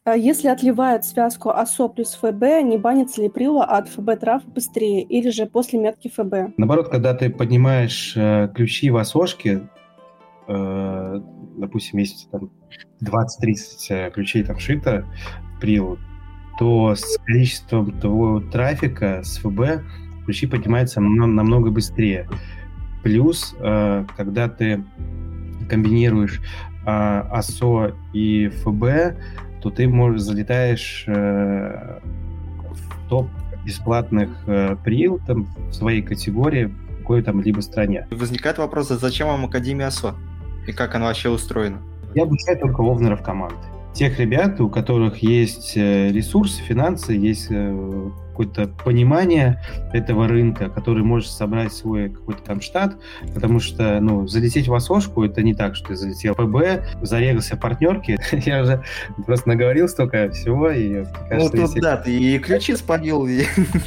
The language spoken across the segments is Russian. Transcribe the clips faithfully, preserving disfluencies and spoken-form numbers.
А если отливают связку АСО плюс ФБ, не банится ли прила от ФБ-трав быстрее или же после метки ФБ? Наоборот, когда ты поднимаешь э, ключи в АСОшке, э, допустим, есть там двадцать-тридцать э, ключей там шито в прилу, то с количеством твоего трафика с ФБ ключи поднимаются намного, намного быстрее. Плюс, э, когда ты комбинируешь э, АСО и ФБ, то ты можешь залетаешь э, в топ бесплатных э, прил там, в своей категории в какой там либо стране. Возникает вопрос, а зачем вам Академия АСО? И как она вообще устроена? Я обучаю только овнеров команд. Тех ребят, у которых есть ресурсы, финансы, есть какое-то понимание этого рынка, который может собрать свой какой-то там штат, потому что, ну, залететь в АСОшку — это не так, что ты залетел в ПБ, зарегался в партнерке. Я уже просто наговорил столько всего, и мне кажется, ну, тут, если... да, ты и ключи спалил, и...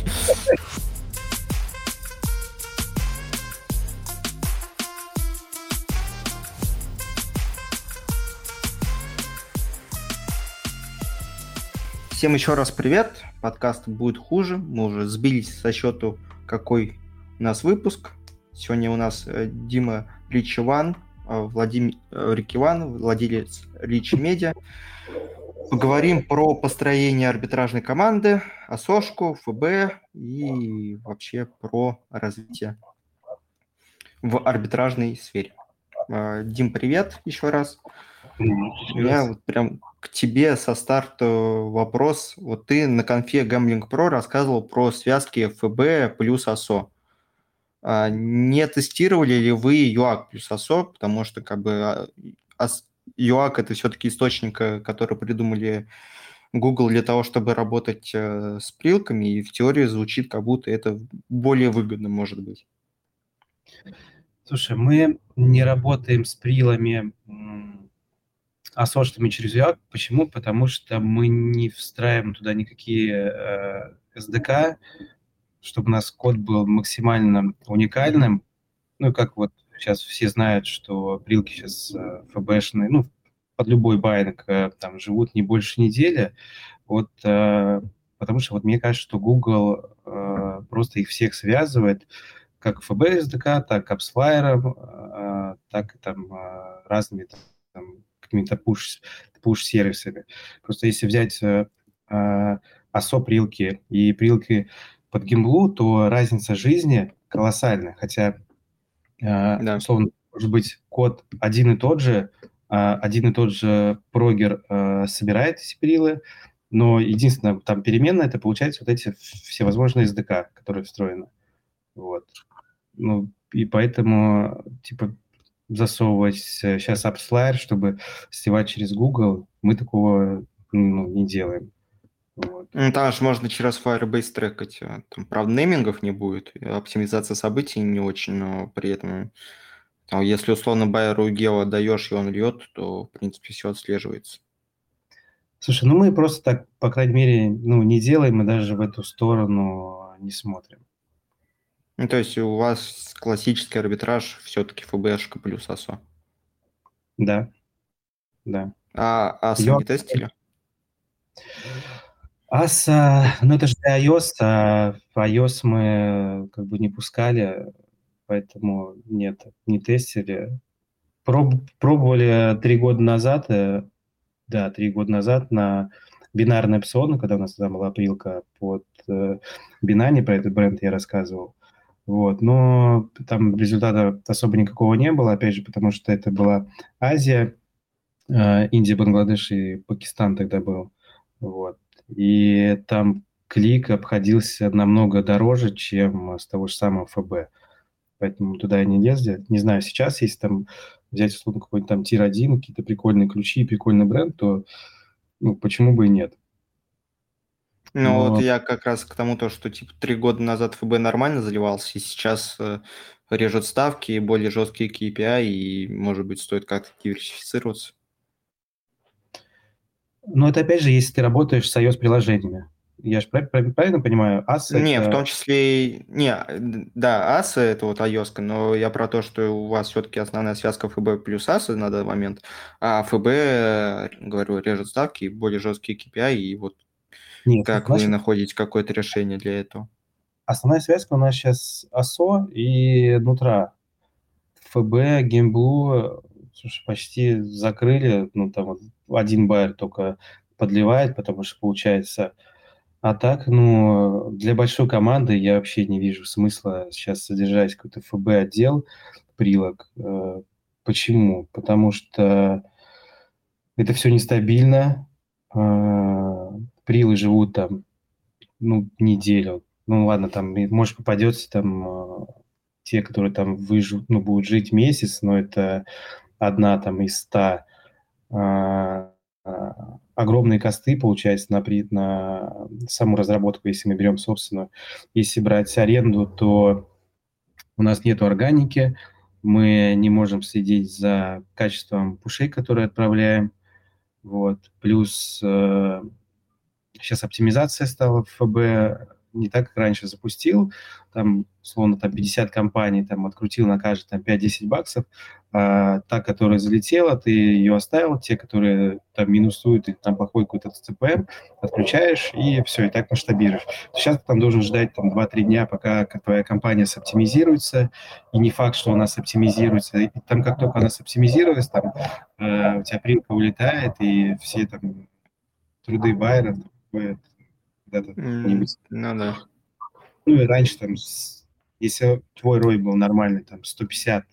Всем еще раз привет. Подкаст будет хуже. Мы уже сбились со счету, какой у нас выпуск. Сегодня у нас Дима Ричиван, Владимир Рикиван, владелец Рич Медиа. Поговорим про построение арбитражной команды, АСОшку, ФБ и вообще про развитие в арбитражной сфере. Дим, привет еще раз. У меня вот прям к тебе со старта вопрос. Вот ты на конфе Gambling Pro рассказывал про связки ФБ плюс АСО. А не тестировали ли вы ЮАК плюс АСО? Потому что как бы ЮАК – это все-таки источник, который придумали Google для того, чтобы работать с прилками, и в теории звучит, как будто это более выгодно может быть. Слушай, мы не работаем с прилами АСОшными через ЮАК. Почему? Потому что мы не встраиваем туда никакие э, эс ди кей, чтобы у нас код был максимально уникальным. Ну, как вот сейчас все знают, что прилки сейчас э, ФБшные, ну, под любой байнг э, там живут не больше недели. Вот, э, потому что вот мне кажется, что Google э, просто их всех связывает, как эф би эс ди кей, так и AppsFlyer, э, так и там э, разными там, какими-то push, push-сервисами. Просто если взять э, э, АСО-прилки и прилки под гимблу, то разница жизни колоссальная. Хотя, э, Да. условно, может быть, код один и тот же, э, один и тот же прогер э, собирает эти прилы, но единственное, там переменная, это получается вот эти всевозможные эс ди кей, которые встроены. Вот. Ну, и поэтому, типа, засовывать сейчас AppsFlyer, чтобы сливать через Google, мы такого ну, не делаем. Вот. Ну, там же можно через Firebase трекать. Там, правда, неймингов не будет, оптимизация событий не очень, но при этом, там, если условно байеру гео отдаешь, и он льет, то, в принципе, все отслеживается. Слушай, ну мы просто так, по крайней мере, ну, не делаем, мы даже в эту сторону не смотрим. Ну, то есть у вас классический арбитраж все-таки ФБшка плюс АСО. Да, да. А АСО не тестили? АСО, ну это же для iOS, а в iOS мы как бы не пускали, поэтому нет, не тестили. Проб, пробовали три года назад, э, да, три года назад на бинарные опционы, когда у нас там была прилка под э, Binance, про этот бренд я рассказывал. Вот, но там результата особо никакого не было, опять же, потому что это была Азия, э, Индия, Бангладеш и Пакистан тогда был. Вот. И там клик обходился намного дороже, чем с того же самого ФБ. Поэтому туда и не лезли. Не знаю, сейчас, если там взять, условно, какой-нибудь там тир один, какие-то прикольные ключи, прикольный бренд, то ну, почему бы и нет? Ну, Но... вот я как раз к тому, то, что типа три года назад ФБ нормально заливался, и сейчас э, режут ставки, более жесткие кей пи ай, и, может быть, стоит как-то диверсифицироваться. Но это, опять же, если ты работаешь с iOS-приложениями. Я же правильно понимаю, эй эс Не, это... в том числе... Не, да, эй эс это вот iOS, но я про то, что у вас все-таки основная связка эф би плюс эй эс на данный момент, а эф би, говорю, режет ставки, более жесткие кей пи ай, и вот Нет, как вы значит, находите какое-то решение для этого? основная связка у нас сейчас эй эс о и Нутра. эф би, Геймблу, слушай, почти закрыли, ну, там вот один байер только подливает, потому что получается... А так, ну, для большой команды я вообще не вижу смысла сейчас содержать какой-то эф би-отдел, прилог. Э, Почему? Потому что это все нестабильно. Э, Прилы живут там, ну, неделю. Ну, ладно, там, и, может, попадется там э, те, которые там выживут, ну, будут жить месяц, но это одна там из ста. А, а, огромные косты, получается, на, при- на саму разработку, если мы берем собственную. Если брать аренду, то у нас нет органики, мы не можем следить за качеством пушей, которые отправляем. Вот. Плюс э, сейчас оптимизация стала в эф би не так, как раньше запустил, там, словно, там пятьдесят компаний, там, открутил на каждый, там, пять-десять баксов, а та, которая залетела, ты ее оставил, те, которые, там, минусуют, или там плохой какой-то си пи эм, отключаешь, и все, и так масштабируешь. Сейчас ты там должен ждать, там, два-три дня, пока твоя компания соптимизируется, и не факт, что она соптимизируется, и там, как только она соптимизировалась, там, э, у тебя принка улетает, и все, там, труды байеров, куда-то М, куда-нибудь. Ну да. Ну и раньше там, с- если твой рой был нормальный, там сто пятьдесят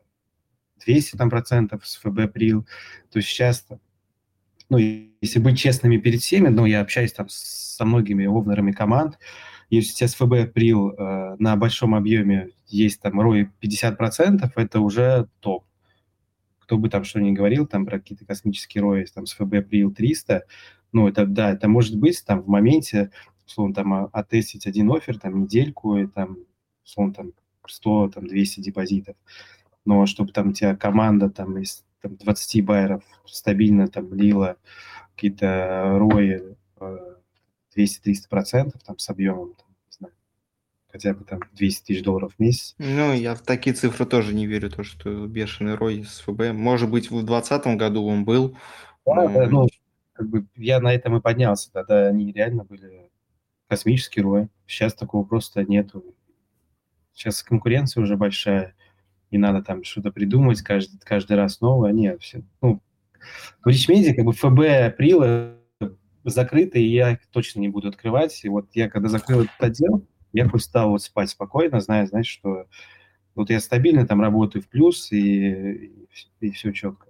двести там процентов с эф би прил, то сейчас, там, ну, и- если быть честными перед всеми, ну, я общаюсь там с- со многими овнерами команд, если у тебя с эф би прил э, на большом объеме есть там рой пятьдесят процентов, это уже топ. Кто бы там что ни говорил, там про какие-то космические рои, там с эф би прил триста, ну, это, да, это может быть там в моменте, условно, там, а- оттестить один оффер, там, недельку, и там, условно, там, сто, там, двести депозитов. Но чтобы там у тебя команда там из там, двадцати байеров стабильно там лила какие-то рои э, двести-триста процентов там с объемом, там, не знаю, хотя бы там двести тысяч долларов в месяц. Ну, я в такие цифры тоже не верю, то, что бешеный рой с эф би. Может быть, в двадцатом году он был, Да, да, но... ну, как бы я на этом и поднялся, тогда они реально были космический рой. Сейчас такого просто нету. Сейчас конкуренция уже большая, и надо там что-то придумать каждый, каждый раз новое. Нет, все. Ну, в Ричмеде как бы эф би прилы закрыты, и я их точно не буду открывать. И вот я когда закрыл этот отдел, я хоть стал вот спать спокойно, зная, знаешь, что вот я стабильно там работаю в плюс, и, и, и все четко.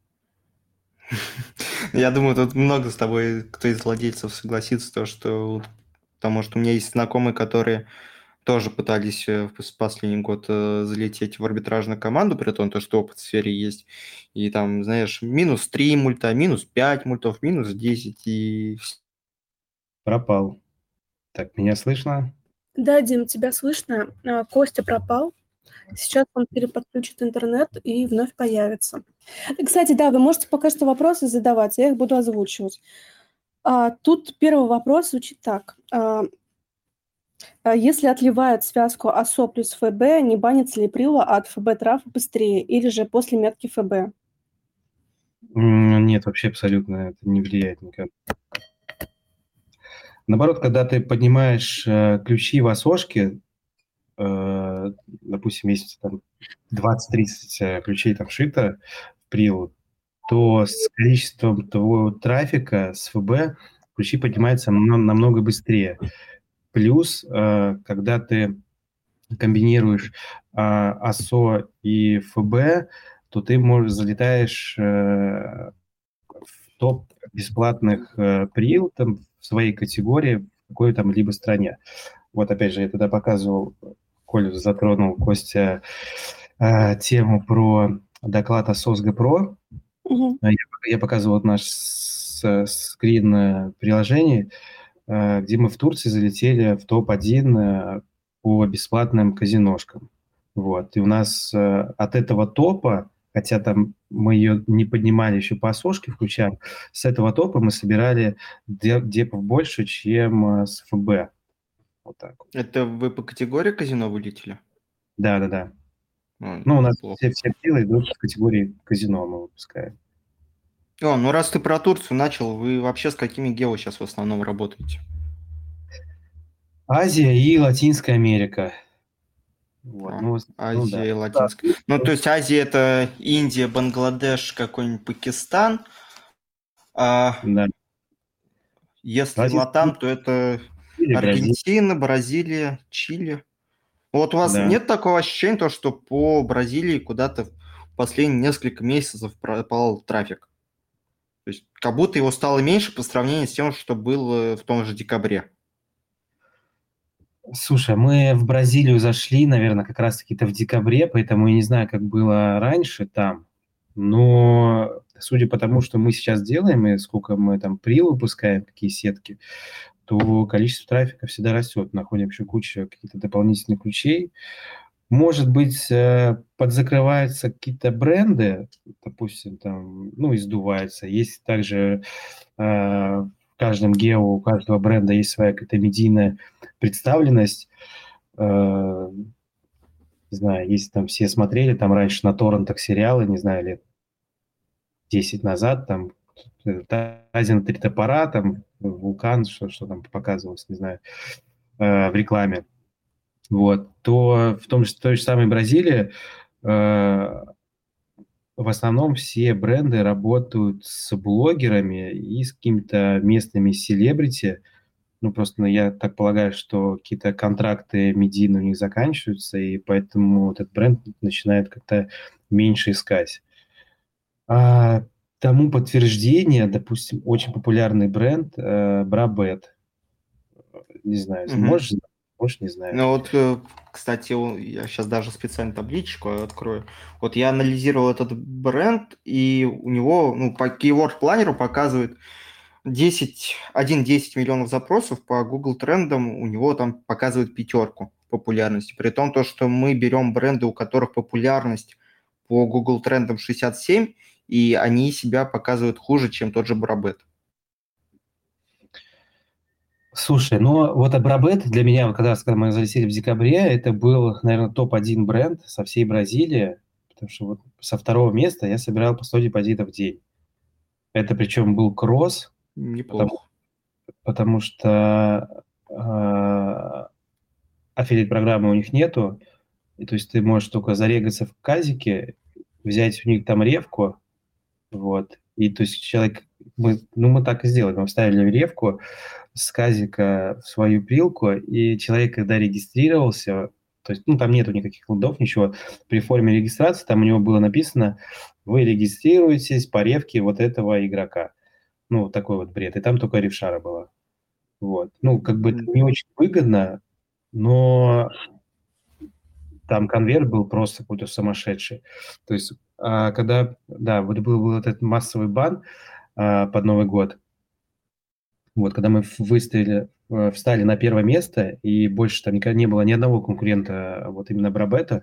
Я думаю, тут много с тобой, кто из владельцев согласится, то, что вот, потому что у меня есть знакомые, которые тоже пытались э, в пос- последний год э, залететь в арбитражную команду, при том, то, что опыт в сфере есть. И там, знаешь, минус три мульта, минус пять мультов, минус десять. И вс- Пропал. Так, меня слышно? Да, Дим, тебя слышно. А, Костя пропал. Сейчас он переподключит интернет и вновь появится. И, Кстати, да, вы можете пока что вопросы задавать, я их буду озвучивать. А, тут первый вопрос звучит так. А, а если отливают связку эй эс о плюс эф би, не банится ли прила от эф би трафа быстрее или же после метки эф би? М, Нет, вообще абсолютно это не влияет никак. Наоборот, когда ты поднимаешь э, ключи в осошке, э, допустим, есть там двадцать-тридцать э, ключей там шито в прилу, то с количеством твоего трафика с эф би ключи поднимаются намно- намного быстрее. Плюс, э, когда ты комбинируешь э, эй эс о и эф би, то ты можешь залетаешь э, в топ бесплатных э, прил там, в своей категории в какой там либо стране. Вот опять же, я тогда показывал, Коля затронул, Костя, э, тему про доклад о СОСГО Про. Мгм. Я, я показывал вот наш с- скрин э, приложений, э, где мы в Турции залетели в топ один э, по бесплатным казиношкам. Вот. И у нас э, от этого топа хотя там мы ее не поднимали еще по осошке, включаем, с этого топа мы собирали де- депов больше, чем э, с ФБ. Вот так вот. Это вы по категории казино вылетели? Да-да-да. Ой, Ну, у нас неплохо. все, все дела идут в категории казино мы выпускаем. О, ну раз ты про Турцию начал, вы вообще с какими гео сейчас в основном работаете? Азия и Латинская Америка. Вот, А, ну, в основном, да. Азия и Латинская. Ну, то есть Азия это Индия, Бангладеш, какой-нибудь Пакистан. А Да. если Латинская Латам, то это Америка, Бразилия, Аргентина, Бразилия, Чили. Вот у вас да. нет такого ощущения, то, что по Бразилии куда-то в последние несколько месяцев пропал трафик? То есть как будто его стало меньше по сравнению с тем, что было в том же декабре. Слушай, мы в Бразилию зашли, наверное, как раз-таки-то в декабре, поэтому я не знаю, как было раньше там, но судя по тому, что мы сейчас делаем и сколько мы там прил выпускаем, какие сетки, то количество трафика всегда растет. Находим еще кучу каких-то дополнительных ключей. Может быть, э, подзакрываются какие-то бренды, допустим, там, ну, издуваются. Есть также э, в каждом гео, у каждого бренда есть своя какая-то медийная представленность. Э, Не знаю, если там все смотрели, там раньше на торрентах сериалы, не знаю, лет десять назад, там э, Тазин Три топора, там Вулкан, что, что там показывалось, не знаю, э, в рекламе. Вот, то в том же, той же самой Бразилии э, в основном все бренды работают с блогерами и с какими-то местными селебрити. Ну, просто ну, я так полагаю, что какие-то контракты медийные у них заканчиваются, и поэтому этот бренд начинает как-то меньше искать. А тому подтверждение, допустим, очень популярный бренд э, Брабет. Не знаю, Мгм. можешь, знать, можешь не знаешь. Ну вот, э, кстати, о- я сейчас даже специально табличку открою. Вот я анализировал этот бренд, и у него, ну, по Keyword планеру показывает десять, один-десять миллионов запросов, по Google трендам у него там показывает пятерку популярности. При том, то, что мы берем бренды, у которых популярность по Google трендам шестьдесят семь, и они себя показывают хуже, чем тот же Брабет. Слушай, ну вот Абрабет для меня, вот когда, когда мы залетели в декабре, это был, наверное, топ один бренд со всей Бразилии, потому что вот со второго места я собирал по сто депозитов в день. Это причем был кросс, потому, Неплохо. потому что э, аффилиат-программы у них нету, и, то есть ты можешь только зарегаться в казике, взять у них там ревку, вот, и то есть человек, мы, ну мы так и сделали, мы вставили ревку с казика в свою пилку, и человек, когда регистрировался, то есть, ну, там нету никаких лудов, ничего, при форме регистрации там у него было написано, вы регистрируетесь по ревке вот этого игрока. Ну, вот такой вот бред. И там только ревшара была. Вот. Ну, как бы это М, не очень выгодно, но там конверт был просто какой-то сумасшедший. То есть, а, когда, да, вот был, был этот массовый бан а, под Новый год, вот, когда мы выставили, э, встали на первое место, и больше там никогда не было ни одного конкурента, а вот именно Брабета,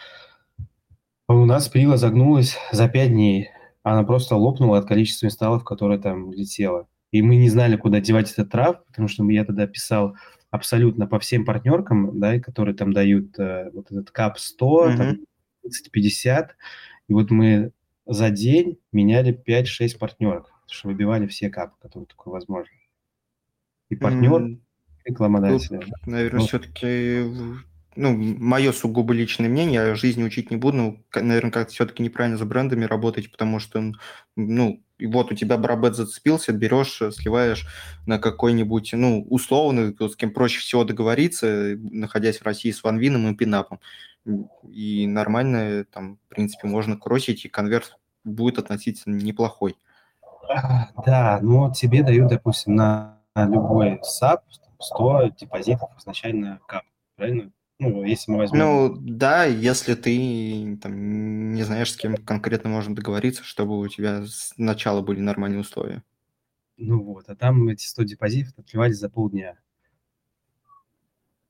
у нас Прила загнулась за пять дней. Она просто лопнула от количества инсталлов, которые там летело. И мы не знали, куда девать этот трав, потому что я тогда писал абсолютно по всем партнеркам, да, которые там дают э, вот этот кап сто, там мгм. тридцать пятьдесят. И вот мы за день меняли пять-шесть партнерок, потому что выбивали все капы, которые только возможно. И партнер, М, Тут, рекламодателя. наверное, Ну, все-таки, ну, мое сугубо личное мнение, я жизни учить не буду, но, наверное, как-то все-таки неправильно за брендами работать, потому что, ну, и вот у тебя Брабет зацепился, берешь, э, сливаешь на какой-нибудь, ну, условный, с кем проще всего договориться, э, находясь в России с Ванвином и Пинапом. М, И нормально, там, в принципе, можно кросить, и конверт будет относительно неплохой. а, да, но тебе дают, допустим, на, на любой сап сто депозитов изначально кап, правильно? Ну, если мы возьмем... Ну, да, если ты там не знаешь, с кем конкретно можно договориться, чтобы у тебя с начала были нормальные условия. Ну вот, а там эти сто депозитов отливались за полдня.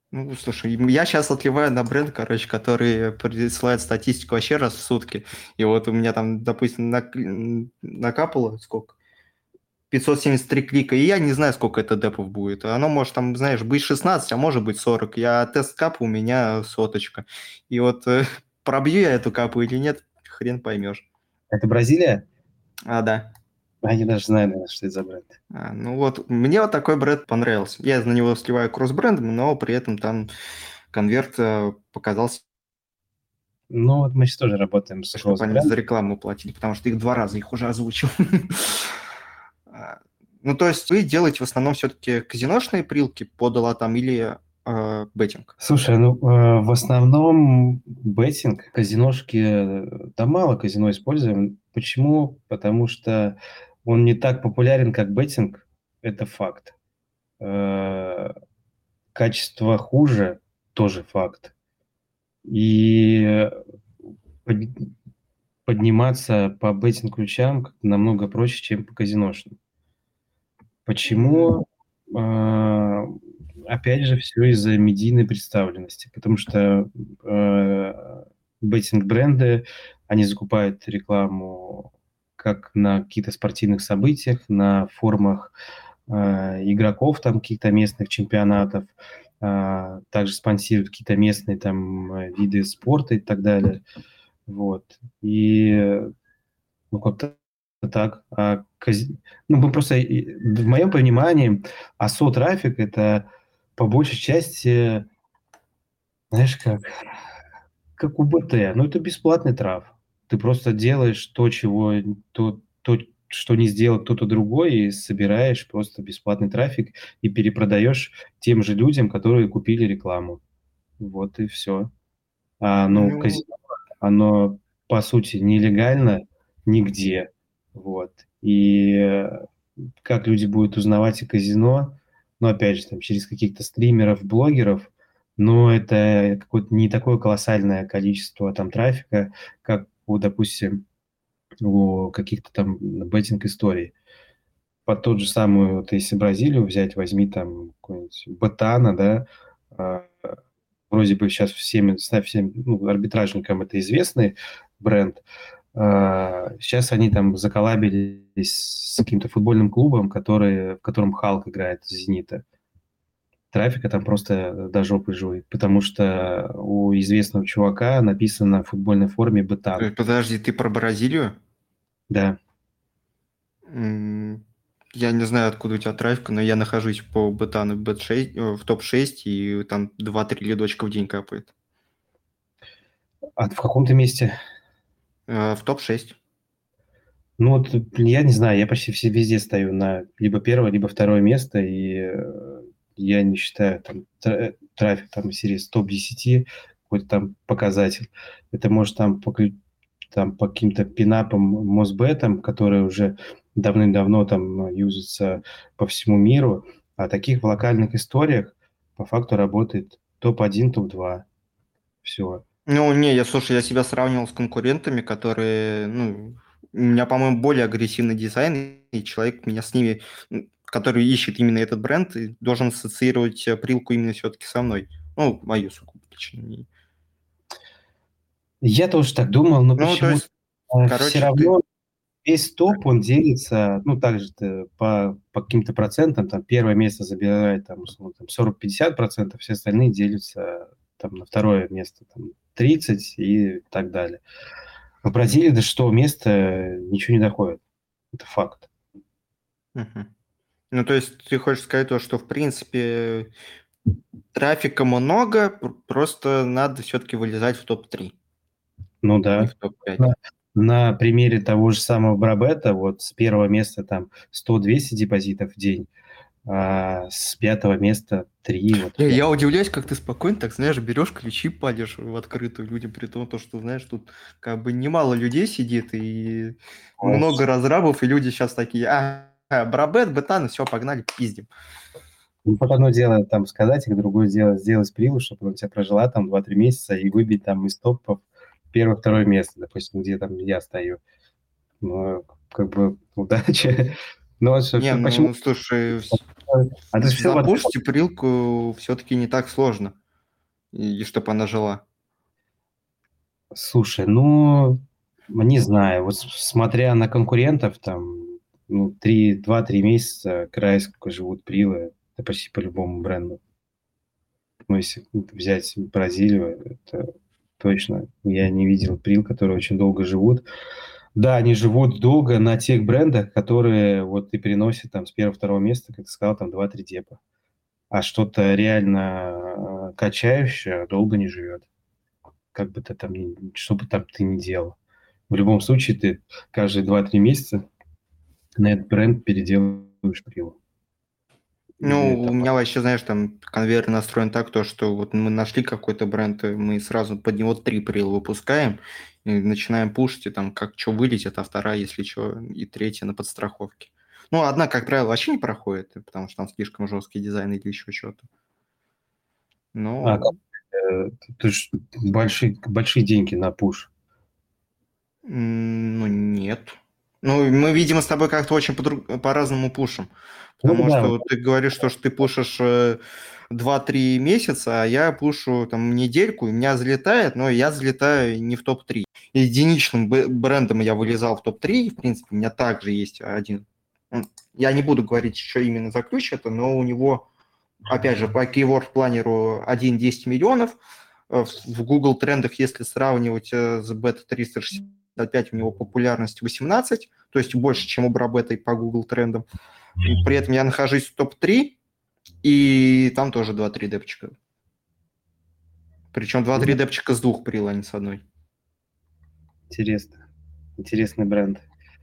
Ну, слушай, я сейчас отливаю на бренд, короче, который присылает статистику вообще раз в сутки. И вот у меня там, допустим, нак- накапало сколько? пятьсот семьдесят три клика, и я не знаю, сколько это депов будет. Оно может там, знаешь, быть шестнадцать, а может быть сорок. Я тест кап, у меня соточка. И вот э, пробью я эту капу или нет, хрен поймешь. Это Бразилия? А, да. А я даже знаю, наверное, что это за бренд. А, ну вот, мне вот такой бренд понравился. Я на него сливаю кросс-брендом, но при этом там конверт э, показался, Ну, вот мы сейчас тоже работаем с чтобы они кросс-брендом. за рекламу платили, потому что их два раза их уже озвучил. А, Ну, то есть вы делаете в основном все-таки казиношные прилки по долларам или э, беттинг? Слушай, ну, э, в основном беттинг, казиношки, э, да мало казино используем. Почему? Потому что он не так популярен, как беттинг, это факт. Э, Качество хуже, тоже факт. И под- подниматься по беттинг-ключам как-то намного проще, чем по казиношным. Почему? А, Опять же, все из-за медийной представленности, потому что э, беттинг-бренды, они закупают рекламу как на каких-то спортивных событиях, на форумах э, игроков там каких-то местных чемпионатов, а, также спонсируют какие-то местные там э, виды спорта и так далее. Вот. И ну, как-то так. А кази- Ну, мы просто, и- в моем понимании, АСО-трафик– это по большей части, знаешь, как, как УБТ. Ну, это бесплатный траф. Ты просто делаешь то, чего, то, то, что не сделал кто-то другой, и собираешь просто бесплатный трафик и перепродаешь тем же людям, которые купили рекламу. Вот и все. А, ну, Ну, казино, оно, по сути, нелегально нигде. Вот. И э, как люди будут узнавать о казино, ну, опять же, там, через каких-то стримеров, блогеров, но это какое-то не такое колоссальное количество там трафика, как, у, допустим, у каких-то там беттинг-историй. Под тот же самую, вот если Бразилию взять, возьми там какой-нибудь Ботана, да, а, вроде бы сейчас всеми, всем ну, арбитражникам это известный бренд. А, Сейчас они там заколабились с каким-то футбольным клубом, который, в котором Халк играет из «Зенита». Трафика там просто до жопы жует, потому что у известного чувака написано в футбольной форме то «Бетан». есть, подожди, ты про Бразилию? Да. М, Я не знаю, откуда у тебя трафик, но я нахожусь по бетану в бет шесть, э, в топ шесть, и там два-три лидочка в день капает. А в каком-то месте? Э, В топ шесть. Ну вот я не знаю, я почти все везде стою на либо первое, либо второе место, и э, я не считаю там тра- трафик там из серии с топ десять какой-то там показатель. Это может там по, клю- там по каким-то пинапам, мосбетам, которые уже давным-давно там юзаются по всему миру, а таких в локальных историях по факту работает топ один, топ два. Все. Ну, не, я, слушай, я себя сравнивал с конкурентами, которые, ну, у меня, по-моему, более агрессивный дизайн, и человек меня с ними, м, который ищет именно этот бренд, и должен ассоциировать э, прилку именно все-таки со мной. Ну, мою сугубо лично. не- Я тоже так думал, но Ну, то почему-то есть, все короче, ты... равно весь топ, он делится, ну, также по, по каким-то процентам, там, первое место забирает, там, условно, там, сорок-пятьдесят процентов, все остальные делятся, там, на второе место, там, тридцать и так далее. В Бразилии до шестого места ничего не доходит. Это факт. Мгм. Ну, то есть ты хочешь сказать то, что, в принципе, трафика много, пр- просто надо все-таки вылезать в топ три, Ну, а не да. в топ пять. На, на примере того же самого Брабета, вот с первого места там сто-двести депозитов в день, а с пятого места три, вот. Я, я удивляюсь, как ты спокойно, так, знаешь, берешь ключи, палишь в открытую людям, при том, то, что, знаешь, тут как бы немало людей сидит, и много разрабов, и люди сейчас такие, а, а Брабет, Бетан, все, погнали, пиздим. Ну, вот одно дело там сказать, а другое дело сделать прилу, чтобы она у тебя прожила там два-три месяца и выбить там из топов первое-второе место, допустим, где там я стою. Ну, как бы удачи. Но Не, почему ну, слушай, вс- А это все Запушить прилку все-таки не так сложно, и чтобы она жила. Слушай, ну, не знаю, вот с- смотря на конкурентов, там, ну, три, два-три месяца край сколько живут прилы, это почти по любому бренду. Ну, если взять Бразилию, это точно. Я не видел прил, которые очень долго живут. Да, они живут долго на тех брендах, которые вот и приносят там с первого-второго места, как ты сказал, там два-три депа. А что-то реально э, качающее долго не живет. Как бы ты там, ни- что бы там ты ни делал. В любом случае ты каждые два-три месяца на этот бренд переделываешь прилу. Или Ну, у там, меня вообще, знаешь, там конвейер настроен так, то, что вот мы нашли какой-то бренд, и мы сразу под него три прила выпускаем, и начинаем пушить, и там как что вылетит, а вторая, если что, и третья на подстраховке. Ну, одна, как правило, вообще не проходит, потому что там слишком жесткий дизайн или еще что-то. а, Но, как, э, ты ж большие, большие деньги на пуш. м, ну, нет. Ну, мы, видимо, с тобой как-то очень подруг- по-разному пушим. Ну Потому да, что вот вот ты говоришь, что, что ты пушишь э, два-три месяца, а я пушу там недельку, и у меня залетает, но я залетаю не в топ три. Единичным б- брендом я вылезал в топ три, в принципе, у меня также есть один. М, Я не буду говорить, что именно за ключ это, но у него, опять же, по keyword планеру один-десять миллионов. Э, В в Google трендах, если сравнивать э, с бета триста шестьдесят пять, у него популярность восемнадцать, то есть больше, чем у Брабета и по Google трендам. При этом я нахожусь в топ три, и там тоже два-три депчика. Причем два-три ну, депчика с двух прил, а не с одной. интересно. Интересный бренд.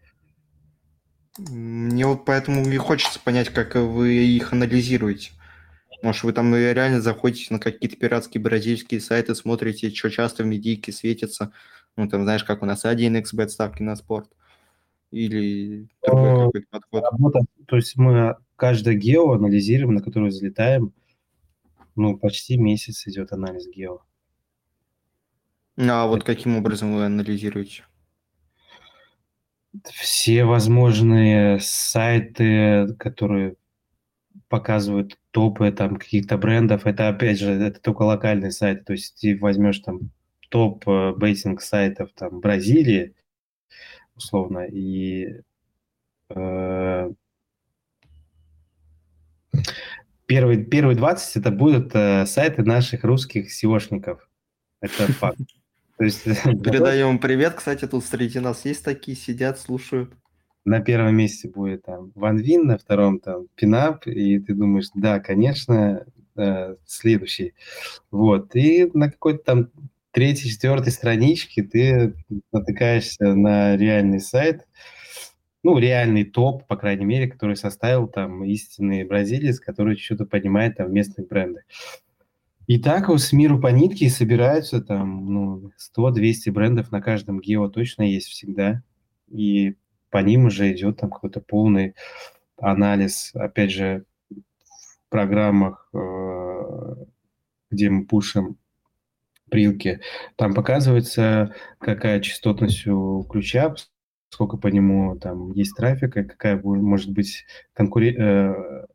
Мне вот поэтому и хочется понять, как вы их анализируете. Может, вы там и реально заходите на какие-то пиратские бразильские сайты, смотрите, что часто в медийке светится. Ну, там, знаешь, как у нас один икс бет ставки на спорт. Или другой Но какой-то подход. работа, то есть мы каждое гео анализируем, на которое залетаем, ну, почти месяц идет анализ гео. А вот каким образом вы анализируете? Все возможные сайты, которые показывают топы там каких-то брендов, это опять же, это только локальные сайты, то есть ты возьмешь там топ э, бейтинг сайтов там Бразилии, условно, и э, первые, первые двадцать это будут э, сайты наших русских сеошников. Это факт. То есть Передаем привет. Кстати, тут среди нас есть такие, сидят, слушают. на первом месте будет там Ван Вин, на втором там Пинап, и ты думаешь, да, конечно, э, следующий. Вот. И на какой-то там третьей, четвертой страничке ты натыкаешься на реальный сайт, ну, реальный топ, по крайней мере, который составил там истинный бразилец, который что-то понимает там в местных брендах. И так вот с миру по нитке собираются там, ну, сто-двести брендов на каждом гео точно есть всегда. И по ним уже идет там какой-то полный анализ. Опять же, в программах, э, где мы пушим прилки, там показывается, какая частотность у ключа, сколько по нему там есть трафика, какая бу- может быть конкурен... э,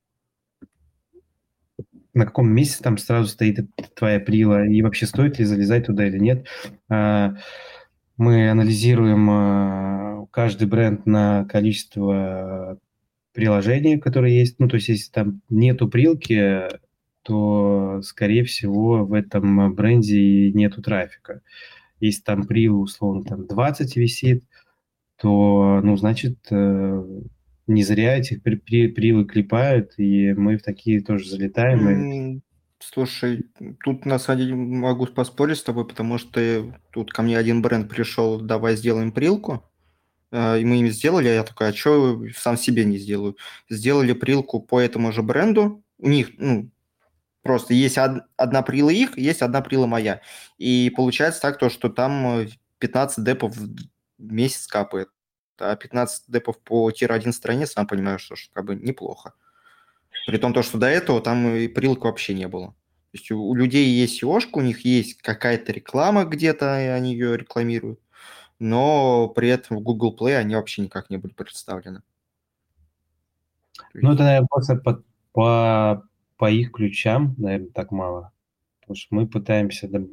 на каком месте там сразу стоит эта твоя прила, и вообще стоит ли залезать туда или нет. А, Мы анализируем а, каждый бренд на количество приложений, которые есть. Ну, то есть, если там нету прилки, то, скорее всего, в этом бренде и нету трафика. Если там прила, условно, там двадцать висит, то, ну, значит, э, не зря этих при- при- прилы клепают, и мы в такие тоже залетаем. И М, Слушай, тут на самом деле могу поспорить с тобой, потому что тут ко мне один бренд пришел, давай сделаем прилку. Э, И мы им сделали, а я такой, а что сам себе не сделаю? Сделали прилку по этому же бренду. У них, ну, просто есть од- одна прила их, есть одна прила моя. И получается так, то, что там э, пятнадцать депов в месяц капает. А пятнадцать депов по тир один стране, сам понимаешь, что, что как бы неплохо. При том, то, что до этого там и прилок вообще не было. То есть у, у людей есть сеошка, у них есть какая-то реклама где-то, и они ее рекламируют, но при этом в Google Play они вообще никак не были представлены. То Ну, есть, это, наверное, просто по, по, по их ключам, наверное, так мало. Потому что мы пытаемся доб-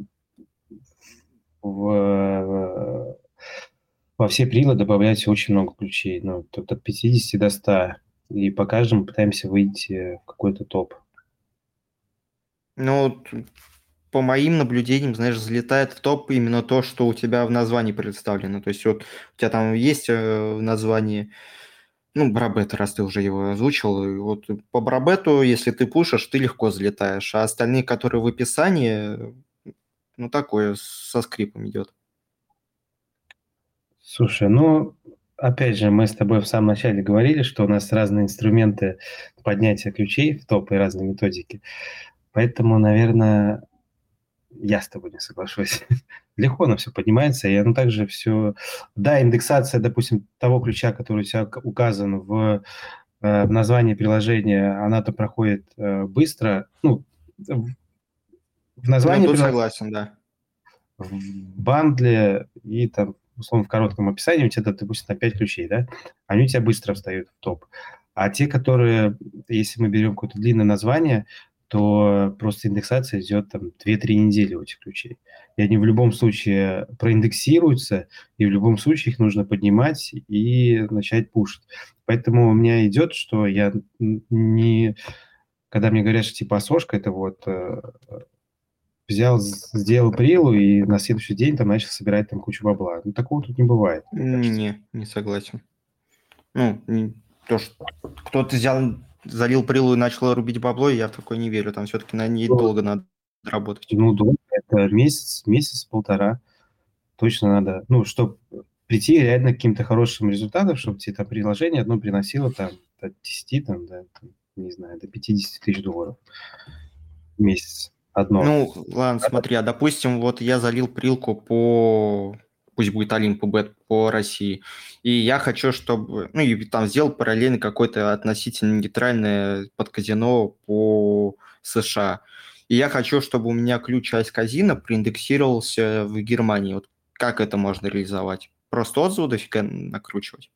в, во все прилы добавлять очень много ключей. Ну, тут от пятидесяти до ста. И по каждому пытаемся выйти в какой-то топ. ну, вот по моим наблюдениям, знаешь, залетает в топ именно то, что у тебя в названии представлено. То есть вот у тебя там есть э, в названии, ну, Брабет, раз ты уже его озвучил, и вот по Брабету, если ты пушишь, ты легко залетаешь, а остальные, которые в описании, ну, такое, со скрипом идет. Слушай, ну, опять же, мы с тобой в самом начале говорили, что у нас разные инструменты поднятия ключей в топ и разные методики. Поэтому, наверное, я с тобой не соглашусь. Легко оно все поднимается, и оно также все... Да, индексация, допустим, того ключа, который у тебя к- указан в, э, в названии приложения, она-то проходит э, быстро. Ну, в в Ну, названии тут приложения, согласен, да. в бандле и там, условно, в коротком описании у тебя, допустим, на пять ключей, да? Они у тебя быстро встают в топ. А те, которые, если мы берем какое-то длинное название, то просто индексация идет там две-три недели у этих ключей. И они в любом случае проиндексируются, и в любом случае их нужно поднимать и начать пушить. Поэтому у меня идет, что я н- не... Когда мне говорят, что типа сошка, это вот э, взял, с- сделал прилу и на следующий день там начал собирать там кучу бабла. Ну, такого тут не бывает, мне кажется. Не, не согласен. Ну, не- то, что кто-то взял, залил прилу и начал рубить бабло, я в такое не верю. Там все-таки на ней Ну, долго надо работать. ну, долго, это месяц, месяц-полтора точно надо, ну, чтобы прийти реально к каким-то хорошим результатам, чтобы тебе там приложение одно приносило там от десяти, там, да, там, не знаю, до пятидесяти тысяч долларов в месяц. Одно. Ну, ладно, смотри, а допустим, вот я залил прилку по, пусть будет Олимп Бет по России, и я хочу, чтобы, ну, и там сделал параллельно какое-то относительно нейтральное под казино по США. И я хочу, чтобы у меня ключ из казино проиндексировался в Германии. Вот как это можно реализовать? Просто отзывы дофига накручивать?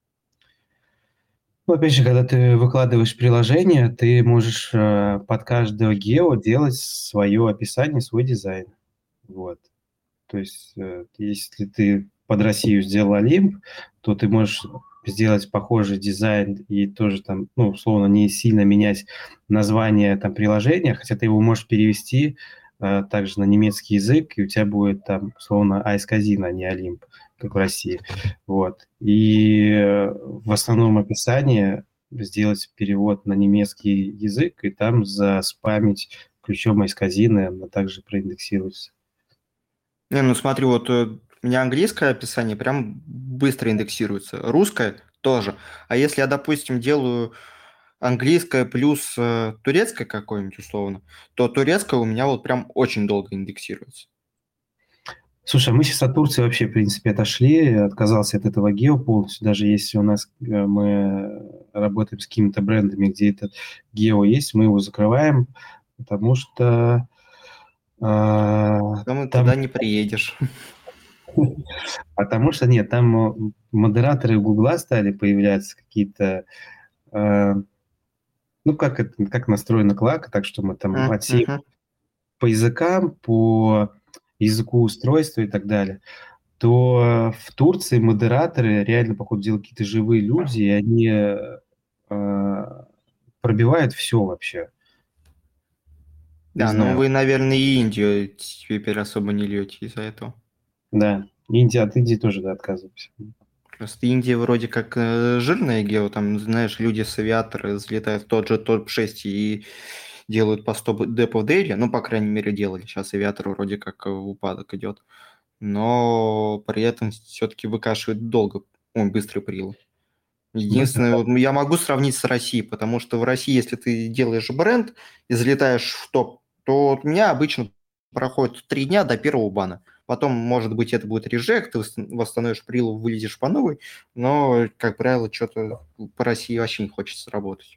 Ну, опять же, когда ты выкладываешь приложение, ты можешь э, под каждое гео делать свое описание, свой дизайн. Вот. То есть, э, если ты под Россию сделал Олимп, то ты можешь сделать похожий дизайн и тоже там, ну, условно, не сильно менять название там приложения, хотя ты его можешь перевести э, также на немецкий язык, и у тебя будет там, условно, Айс Казино, а не Олимп, как в России. Вот. И э, в основном описании сделать перевод на немецкий язык и там заспамить ключом Айс Казино, оно также проиндексируется. Не, ну смотри, вот э, у меня английское описание прям быстро индексируется, русское тоже. А если я, допустим, делаю английское плюс э, турецкое какое-нибудь условно, то турецкое у меня вот прям очень долго индексируется. Слушай, а мы сейчас от Турции вообще, в принципе, отошли, отказался от этого гео полностью, даже если у нас э, мы работаем с какими-то брендами, где этот гео есть, мы его закрываем, потому что а, Потом там, туда не приедешь. потому что нет, там э, модераторы Гугла стали появляться какие-то, э, ну как это, как настроена клака, так что мы там М, отсеиваем мгм. по языкам, по языку устройства и так далее, то в Турции модераторы реально, походу, дела какие-то живые люди, и они э, пробивают все вообще. Не Да, ну знаю. вы, наверное, и Индию теперь особо не льете из-за этого. Да. Индия, от Индии тоже, да, отказываемся. Просто Индия вроде как э, жирная гео, там, знаешь, люди с авиатора взлетают в тот же топ шесть и делают по сто депов дейли, ну, по крайней мере, делали. Сейчас авиатор вроде как в упадок идет. Но при этом все-таки выкашивает долго, он быстрый прилов. Ну, это Единственное, да. вот я могу сравнить с Россией, потому что в России, если ты делаешь бренд и залетаешь в топ, то вот у меня обычно проходит три дня до первого бана. Потом, может быть, это будет режект, ты восстановишь прилов, вылезешь по новой, но, как правило, что-то по России вообще не хочется работать.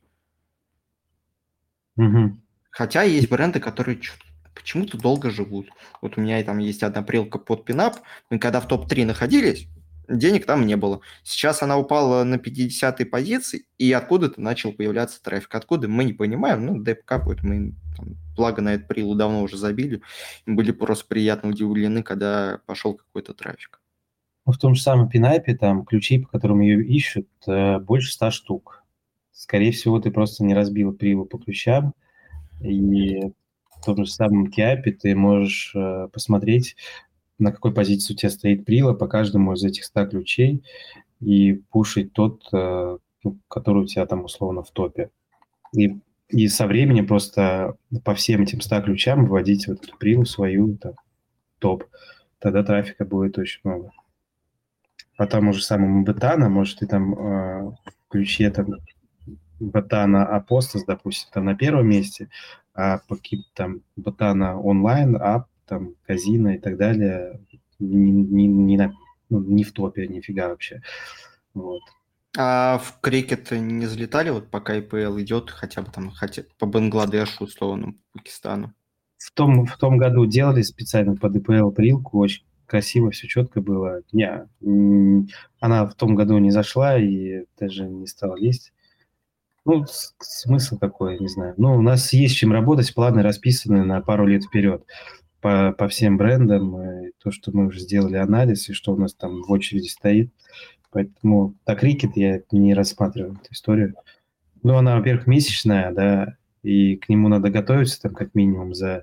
Мгм. Хотя есть бренды, которые чё- почему-то долго живут. Вот у меня там есть одна прилка под пинап, мы когда в топ три находились, денег там не было. Сейчас она упала на пятидесятой позиции, и откуда-то начал появляться трафик. Откуда, мы не понимаем, ну, деп капают, мы, там, благо на этот прилу давно уже забили, были просто приятно удивлены, когда пошел какой-то трафик. Ну, в том же самом Пинапе там ключи, по которым ее ищут, э, больше ста штук. Скорее всего, ты просто не разбил прилу по ключам, и в том же самом Киапе ты можешь э, посмотреть, на какой позиции у тебя стоит прила по каждому из этих ста ключей и пушить тот, э, ну, который у тебя там условно в топе. И, и со временем просто по всем этим ста ключам вводить вот эту прилу свою, там, топ. Тогда трафика будет очень много. По тому же самому Ботана, может, ты там э, в ключе там Ботана Апостас, допустим, там на первом месте, а по каким-то там Ботана онлайн, ап, там, казино и так далее, не, не, не, на, ну, не в топе нифига вообще. Вот. А в крикет не залетали, вот пока ай пи эл идет, хотя бы там хотя по Бангладешу, условно, по Пакистану? В том, в том году делали специально под ай пи эл прилку, очень красиво, все четко было. Не, она в том году не зашла и даже не стала лезть. Ну, смысл какой, не знаю. Ну, у нас есть чем работать, планы расписаны на пару лет вперед по, по всем брендам, и то, что мы уже сделали анализ, и что у нас там в очереди стоит. Поэтому так Крикет я не рассматриваю эту историю. Ну, она, во-первых, месячная, да, и к нему надо готовиться там как минимум за,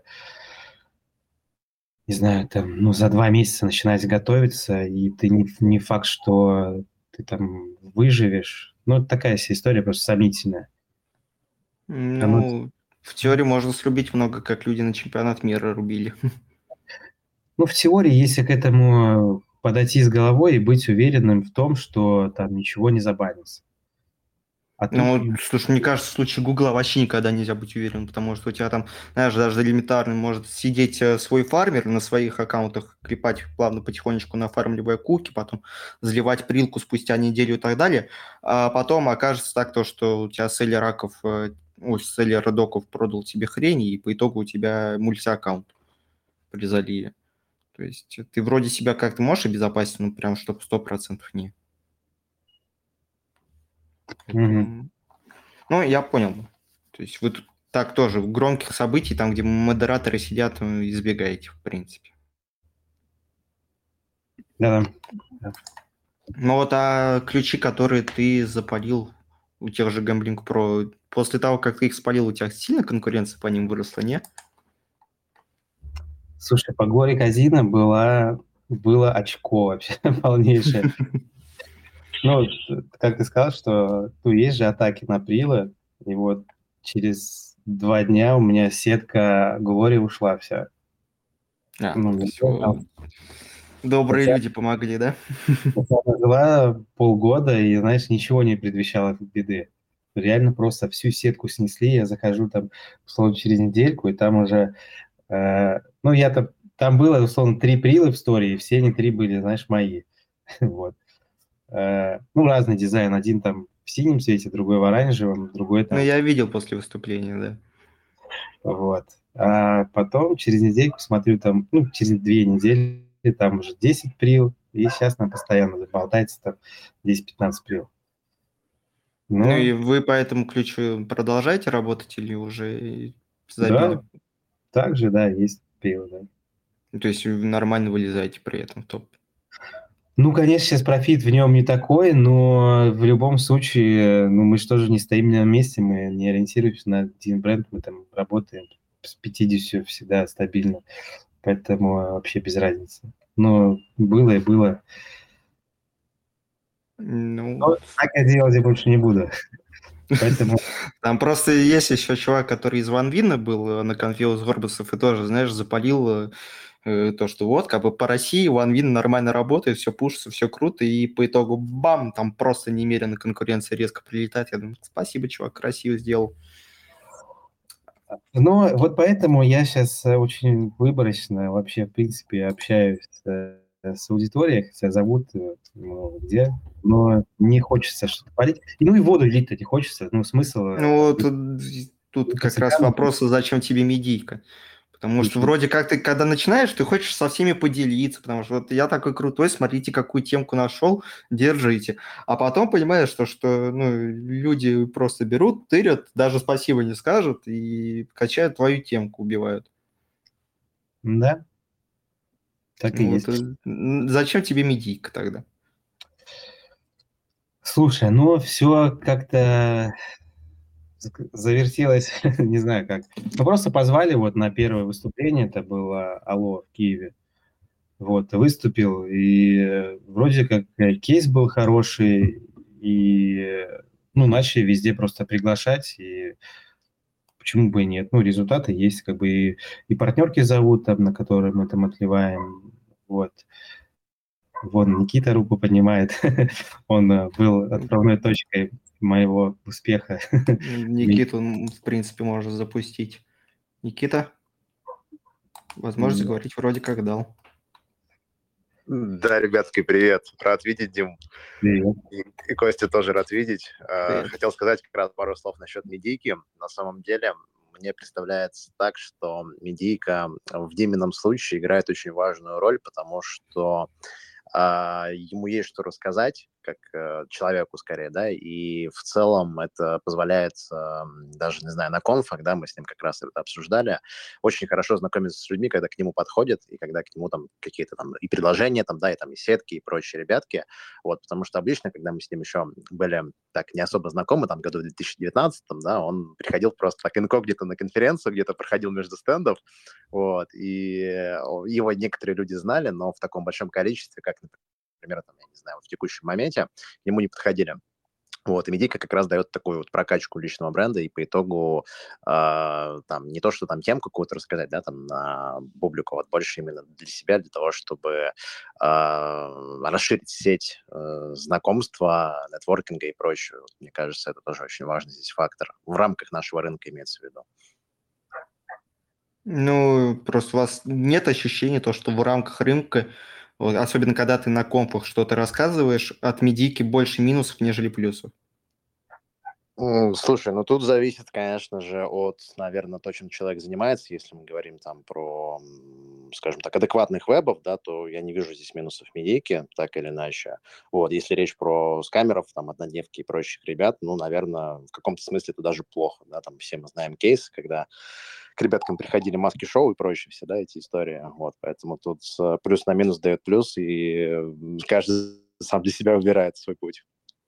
не знаю, там, ну, за два месяца начинать готовиться, и ты не, не факт, что ты там выживешь. Ну, это такая вся история просто сомнительная. Ну, Оно... в теории можно срубить много, как люди на чемпионат мира рубили. Ну, в теории, если к этому подойти с головой и быть уверенным в том, что там ничего не забанится. А ну, тут... слушай, мне кажется, в случае Гугла вообще никогда нельзя быть уверенным, потому что у тебя там, знаешь, даже элементарно может сидеть свой фармер на своих аккаунтах, клепать плавно потихонечку нафармливая куки, потом заливать прилку спустя неделю и так далее, а потом окажется так, то, что у тебя селлер раков, ой, селлер доков продал тебе хрень, и по итогу у тебя мульти-аккаунт при заливе. То есть ты вроде себя как-то можешь обезопасить, но прям чтобы сто процентов не. Угу. Ну, я понял. То есть вы тут так тоже громких событий, там, где модераторы сидят, избегаете, в принципе. Да. Ну вот, а ключи, которые ты запалил у тех же Gambling Pro, после того, как ты их спалил, у тебя сильно конкуренция по ним выросла, нет? Слушай, по горе казино была, было очко вообще полнейшее. Ну, как ты сказал, что ну, есть же атаки на прилы, и вот через два дня у меня сетка Глори ушла вся. А, ну, все. Добрые хотя, люди помогли, да? Она жила полгода, и, знаешь, ничего не предвещало беды. Реально просто всю сетку снесли, я захожу там, условно, через недельку, и там уже... Э, ну, я там... Там было, условно, три прилы в истории, и все они три были, знаешь, мои. Вот. Э, ну, разный дизайн. Один там в синем цвете, другой в оранжевом, другой там... Ну, я видел после выступления, да. Вот. А потом через недельку смотрю там, ну, через две недели там уже десять прил, и сейчас нам постоянно болтается там десять-пятнадцать прил. Ну, ну и вы по этому ключу продолжаете работать или уже забили? Да, также, да, есть прилы, да. То есть вы нормально вылезаете при этом в топ? Ну, конечно, сейчас профит в нем не такой, но в любом случае, ну, мы же тоже не стоим на месте, мы не ориентируемся на один бренд, мы там работаем с пятьдесят всегда стабильно, поэтому вообще без разницы. Но было и было. Ну, но так я делать я больше не буду. Поэтому... Там просто есть еще чувак, который из Ванвина был на конфе у Горбасов и тоже, знаешь, запалил э, то, что вот, как бы по России Ванвин нормально работает, все пушится, все круто, и по итогу бам, там просто немерено конкуренция резко прилетает. Я думаю, спасибо, чувак, красиво сделал. Ну, вот поэтому я сейчас очень выборочно вообще, в принципе, общаюсь с аудиторией, хотя зовут ну, где, но не хочется что-то палить. И, ну и воду лить-то не хочется, ну смысл... Ну, тут, тут как раз вопрос, зачем тебе медийка? Потому что вроде как ты, когда начинаешь, ты хочешь со всеми поделиться, потому что вот я такой крутой, смотрите, какую темку нашел, держите. А потом понимаешь, что, что ну, люди просто берут, тырят, даже спасибо не скажут и качают твою темку, убивают. Да, так и Ну, есть. вот, э, зачем тебе медийка тогда? Слушай, ну все как-то завертелось, не знаю как. Ну, просто позвали вот на первое выступление, это было «Алло» в Киеве. Вот, выступил, и вроде как кейс был хороший, и, ну, начали везде просто приглашать, и почему бы и нет. Ну, результаты есть, как бы и, и партнерки зовут, там, на которые мы там отливаем, вот. Вон, Никита руку поднимает, он э, был отправной точкой моего успеха. Никиту, в принципе, можно запустить. Никита, возможность говорить вроде как дал. Да, ребятки, привет. Рад видеть, Дим. Привет. И, и Костя тоже рад видеть. Привет. Хотел сказать как раз пару слов насчет медийки. На самом деле, мне представляется так, что медийка в Димином случае играет очень важную роль, потому что а, ему есть что рассказать, как э, человеку скорее, да, и в целом это позволяет, э, даже, не знаю, на конфах, да, мы с ним как раз это обсуждали, очень хорошо знакомиться с людьми, когда к нему подходят, и когда к нему там какие-то там и предложения, там, да, и там и сетки, и прочие ребятки, вот, потому что обычно, когда мы с ним еще были так не особо знакомы, там, году в две тысячи девятнадцатом, да, он приходил просто так инкогнито на конференцию, где-то проходил между стендов, вот, и его некоторые люди знали, но в таком большом количестве, как, например, там, я не знаю, в текущем моменте, ему не подходили. Вот, и медийка как раз дает такую вот прокачку личного бренда, и по итогу э, там не то, что там тему какую-то рассказать, да, там на публику, вот больше именно для себя, для того, чтобы э, расширить сеть э, знакомства, нетворкинга и прочего. Вот, мне кажется, это тоже очень важный здесь фактор. В рамках нашего рынка имеется в виду. Ну, просто у вас нет ощущения, то, что в рамках рынка, вот, особенно когда ты на компах что-то рассказываешь, от медийки больше минусов, нежели плюсов? Слушай, ну тут зависит, конечно же, от, наверное, то, чем человек занимается. Если мы говорим там про, скажем так, адекватных вебов, да, то я не вижу здесь минусов медийки, так или иначе. Вот, если речь про скамеров, там, однодневки и прочих ребят, ну, наверное, в каком-то смысле это даже плохо, да, там все мы знаем кейсы, когда к ребяткам приходили маски-шоу и прочие все, да, эти истории, вот, поэтому тут плюс на минус дает плюс, и каждый сам для себя выбирает свой путь.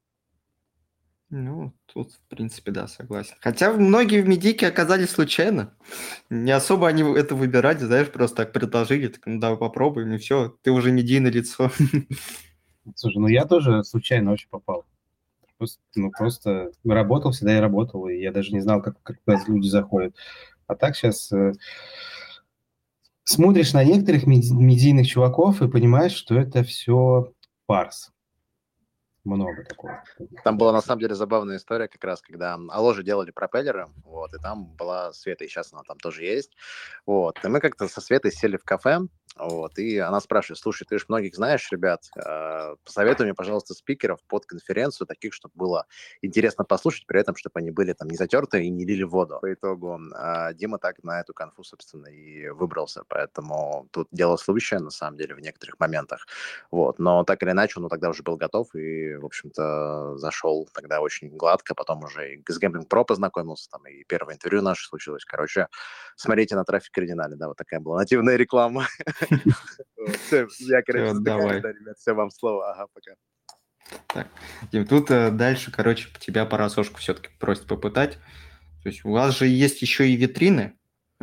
Ну, тут, в принципе, да, согласен. Хотя многие в медийке оказались случайно. Не особо они это выбирали, знаешь, просто так предложили, так, ну, давай попробуем, и все, ты уже медийное лицо. Слушай, ну я тоже случайно очень попал. Просто, ну, просто работал, всегда и работал, и я даже не знал, как, как туда люди заходят. А так сейчас э, смотришь на некоторых меди- медийных чуваков и понимаешь, что это все фарс. Много такого. Там была, на самом деле, забавная история как раз, когда Алло же делали пропеллеры, вот, и там была Света, и сейчас она там тоже есть, вот, и мы как-то со Светой сели в кафе, вот, и она спрашивает: слушай, ты же многих знаешь, ребят, э, посоветуй мне, пожалуйста, спикеров под конференцию, таких, чтобы было интересно послушать, при этом, чтобы они были там не затерты и не лили воду. По итогу э, Дима так на эту конфу, собственно, и выбрался, поэтому тут дело случая, на самом деле, в некоторых моментах, вот, но так или иначе, он тогда уже был готов и, в общем-то, зашел тогда очень гладко, потом уже и с Gambling Pro познакомился, там, и первое интервью наше случилось, короче, смотрите на Трафик Кардинале, да, вот такая была нативная реклама. Все, я, короче, давай. да, ребят, все, вам слово, ага, пока. Так, Дим, тут э, дальше, короче, тебя по рассошку все-таки просят попытать. То есть у вас же есть еще и витрины,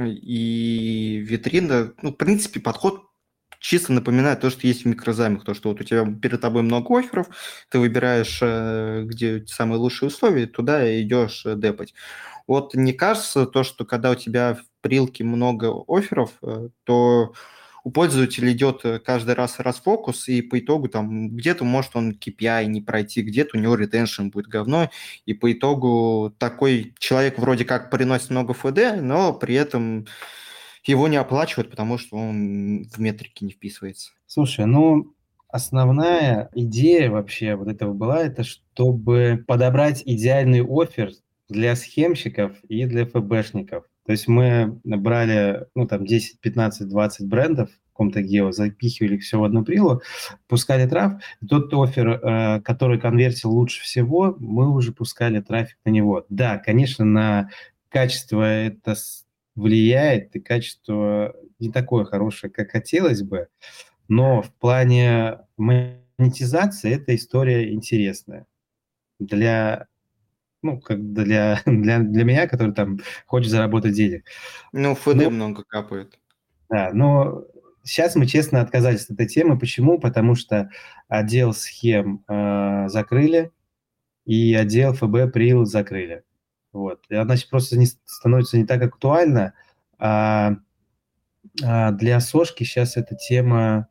и витрина, ну, в принципе, подход чисто напоминает то, что есть в микрозаймах, то, что вот у тебя перед тобой много офферов, ты выбираешь, э, где самые лучшие условия, туда и идешь э, депать. Вот не кажется то, что когда у тебя в прилке много офферов, э, то у пользователя идет каждый раз расфокус, и по итогу там где-то может он кей пи ай не пройти, где-то у него ретеншн будет говно, и по итогу такой человек вроде как приносит много эф ди, но при этом его не оплачивают, потому что он в метрики не вписывается. Слушай, ну, основная идея вообще вот этого была, это чтобы подобрать идеальный оффер для схемщиков и для эф бэ шников. То есть мы брали, ну, там, десять, пятнадцать, двадцать брендов в каком-то гео, запихивали все в одну прилу, пускали трав. И тот оффер, э, который конвертил лучше всего, мы уже пускали трафик на него. Да, конечно, на качество это влияет, и качество не такое хорошее, как хотелось бы, но в плане монетизации эта история интересная. Для, ну, как для, для, для меня, который там хочет заработать денег. Ну, ФД Ну, много капает. Да, но сейчас мы честно отказались от этой темы. Почему? Потому что отдел схем э, закрыли, и отдел ФБ Прил закрыли. Вот. И она просто не, становится не так актуальна. А, а для сошки сейчас эта тема...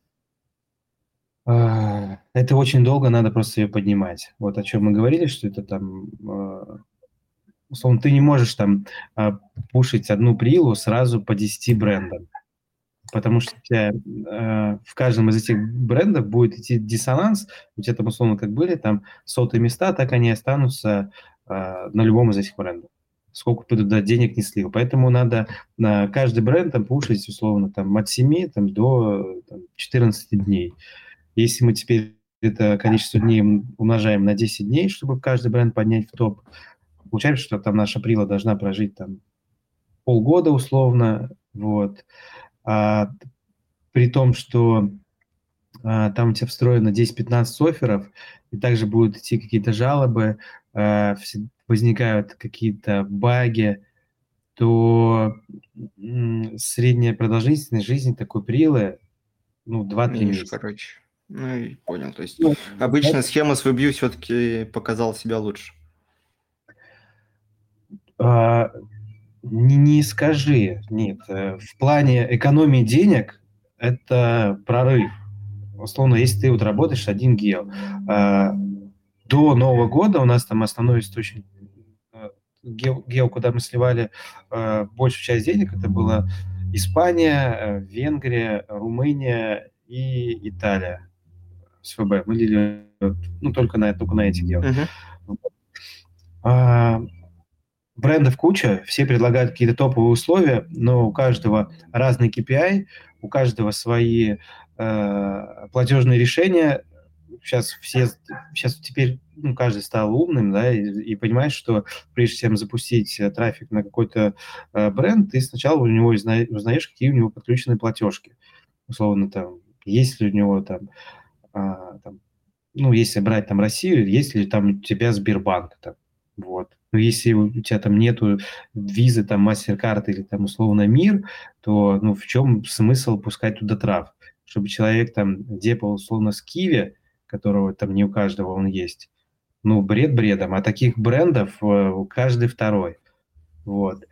а, это очень долго, надо просто ее поднимать. Вот о чем мы говорили, что это там... а, условно, ты не можешь там а, пушить одну прилу сразу по десяти брендам. Потому что у тебя э, в каждом из этих брендов будет идти диссонанс. У тебя там, условно, как были там сотые места, так они останутся э, на любом из этих брендов. Сколько бы ты туда денег не слил. Поэтому надо на каждый бренд там пушить, условно, там, от семи там, до там, четырнадцати дней. Если мы теперь это количество дней умножаем на десять дней, чтобы каждый бренд поднять в топ, получается, что там наша прила должна прожить там полгода условно, вот. А, при том, что а, там у тебя встроено десять-пятнадцать офферов, и также будут идти какие-то жалобы, а, возникают какие-то баги, то м, средняя продолжительность жизни такой прилы, ну, два-три Меньше, месяца. короче. Ну, и понял. То есть Ну, обычно схема с WebView все-таки показала себя лучше. а, не, не скажи, нет. э, В плане экономии денег это прорыв. Условно, если ты вот работаешь один гео, а, до Нового года у нас там основной источник э, гео, гео, куда мы сливали э, большую часть денег, это была Испания, э, Венгрия, Румыния и Италия с ФБ. Мы лили ну, только на, только на эти гео. Угу. А, брендов куча, все предлагают какие-то топовые условия, но у каждого разный кей пи ай, у каждого свои э, платежные решения. Сейчас все, сейчас теперь ну, каждый стал умным, да, и, и понимает, что прежде чем запустить э, трафик на какой-то э, бренд, ты сначала у него узна, узнаешь, какие у него подключены платежки. Условно, там, есть ли у него там, а, там ну, если брать там Россию, есть ли там у тебя Сбербанк, там, вот. Но если у тебя там нету визы, там, MasterCard или там условно МИР, то, ну, в чем смысл пускать туда трав? Чтобы человек там депал условно с Киви, которого там не у каждого он есть. Ну, бред бредом. А таких брендов э, у каждый второй. Вот.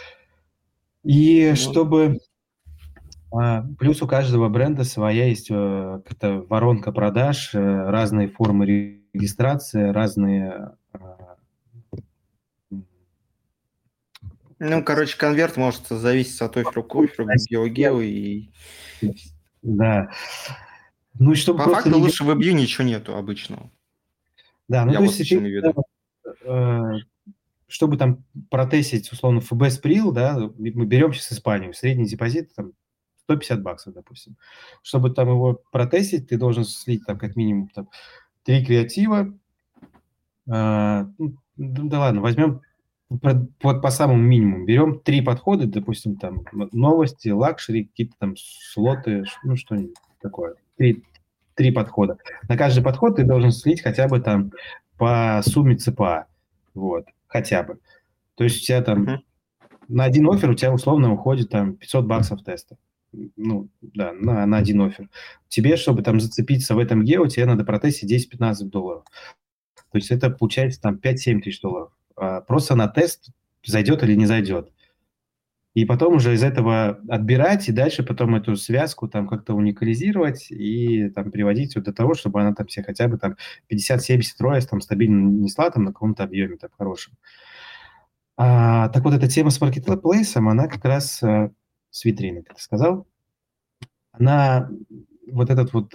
И Ну, чтобы... а, Плюс у каждого бренда своя есть э, как-то воронка продаж, э, разные формы регистрации, разные... э, м, ну, короче, конверт может зависеть от оффера к офферу, гео-гео и... Да. Ну и чтобы По просто факту не... лучше в WebView ничего нету обычного. Да, ну Я то вот есть что теперь, имею в виду. э, чтобы там протестить, условно, ФБ Сприл, да, мы берем сейчас Испанию, средний депозит там сто пятьдесят баксов, допустим. Чтобы там его протестить, ты должен слить там как минимум там три креатива. А, ну, да ладно, возьмем по, по, по самому минимуму. Берем три подхода, допустим, там новости, лакшери, какие-то там слоты, ну что-нибудь такое. Три, три подхода. На каждый подход ты должен слить хотя бы там по сумме ЦПА. Вот, хотя бы. То есть у тебя там Uh-huh. на один оффер у тебя условно уходит там пятьсот баксов теста. Ну, да, на, на один оффер. Тебе, чтобы там зацепиться в этом гео, тебе надо протестить десять-пятнадцать долларов. То есть это получается там пять-семь тысяч долларов. А просто на тест зайдет или не зайдет. И потом уже из этого отбирать и дальше потом эту связку там как-то уникализировать и там приводить вот до того, чтобы она там все хотя бы там пятьдесят-семьдесят рояс там стабильно несла там на каком-то объеме там хорошем. А, так вот эта тема с маркетплейсом, она как раз э, с витриной, как ты сказал, она вот этот вот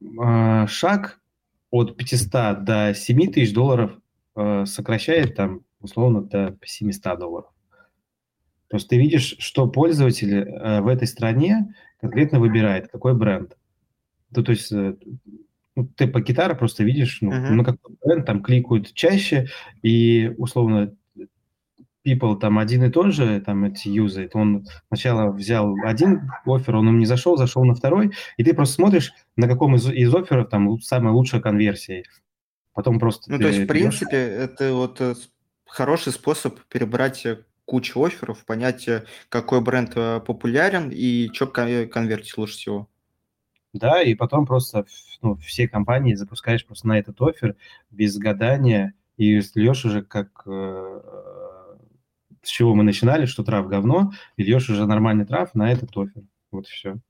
шаг от пятисот до семи тысяч долларов э, сокращает там условно, до семьсот долларов. То есть ты видишь, что пользователь э, в этой стране конкретно выбирает, какой бренд. То, то есть э, ну, ты по гитаре просто видишь, ну, Мгм. на какой бренд там кликают чаще, и условно people там один и тот же, там эти юзает, он сначала взял один оффер, он им не зашел, зашел на второй, и ты просто смотришь, на каком из, из офферов там лу- самая лучшая конверсия. Потом просто Ну, то есть, ты в берешь... принципе, это вот э, с- хороший способ перебрать э, кучу офферов, понять, э, какой бренд э, популярен и что конвертить лучше всего. Да, и потом просто ну, все компании запускаешь просто на этот оффер без гадания и льешь уже как... э, с чего мы начинали, что трав говно, и льешь уже нормальный трав на этот оффер. Вот и все.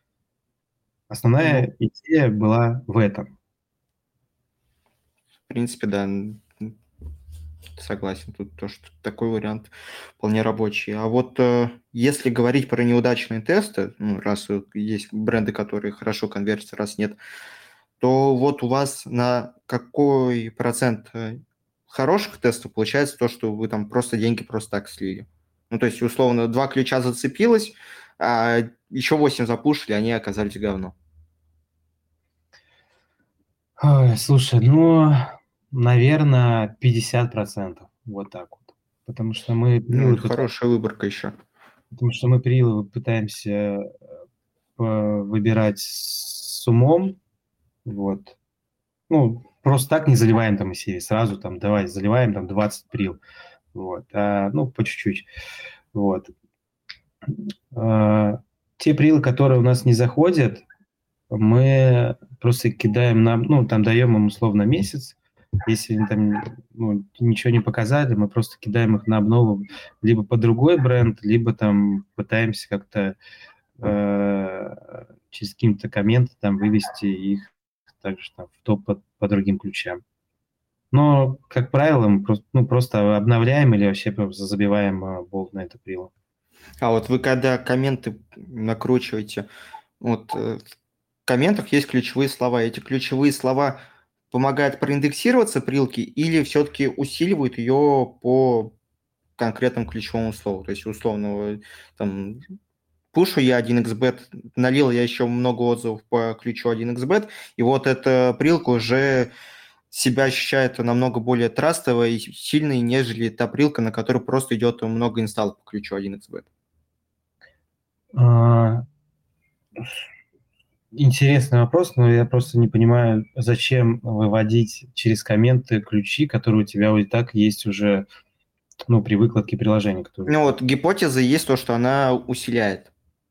Ну, Основная идея была в этом. в принципе, да, н- н- согласен. Тут то, что такой вариант вполне рабочий. А вот э, если говорить про неудачные тесты, ну, раз вот есть бренды, которые хорошо конвертятся, раз нет, то вот у вас на какой процент э, хороших тестов получается то, что вы там просто деньги просто так слили? Ну, то есть, условно, два ключа зацепилось, а еще восемь запушили, они оказались говно. Ой, слушай, ну, наверное, пятьдесят процентов. Вот так вот. Потому что мы Ну, прилы это пытаемся, хорошая выборка еще. потому что мы прилы пытаемся э, выбирать с умом. Вот. Ну, просто так не заливаем там из серии. Сразу там давай заливаем там двадцать прил. Вот. А, ну, по чуть-чуть. Вот. А, те прилы, которые у нас не заходят, мы просто кидаем нам, ну, там даем им условно месяц. Если они там ну, ничего не показали, мы просто кидаем их на обнову либо по другой бренд, либо там пытаемся как-то э, через какие-то комменты там вывести их также там в топ по, по другим ключам. Но, как правило, мы просто, ну, просто обновляем или вообще просто забиваем э, болт на это прило. А вот вы когда комменты накручиваете, вот э, в комментах есть ключевые слова. Эти ключевые слова помогают проиндексироваться прилки или все-таки усиливают ее по конкретному ключевому слову? То есть, условно, э, там, пушу я один икс бет, налил я еще много отзывов по ключу один икс бет, и вот эта прилка уже себя ощущает намного более трастовой и сильной, нежели та прилка, на которой просто идет много инсталлов по ключу один икс бет. А, Интересный вопрос, но я просто не понимаю, зачем выводить через комменты ключи, которые у тебя вот и так есть уже, ну, при выкладке приложения, которые Ну выходят. вот гипотеза есть то, что она усиляет.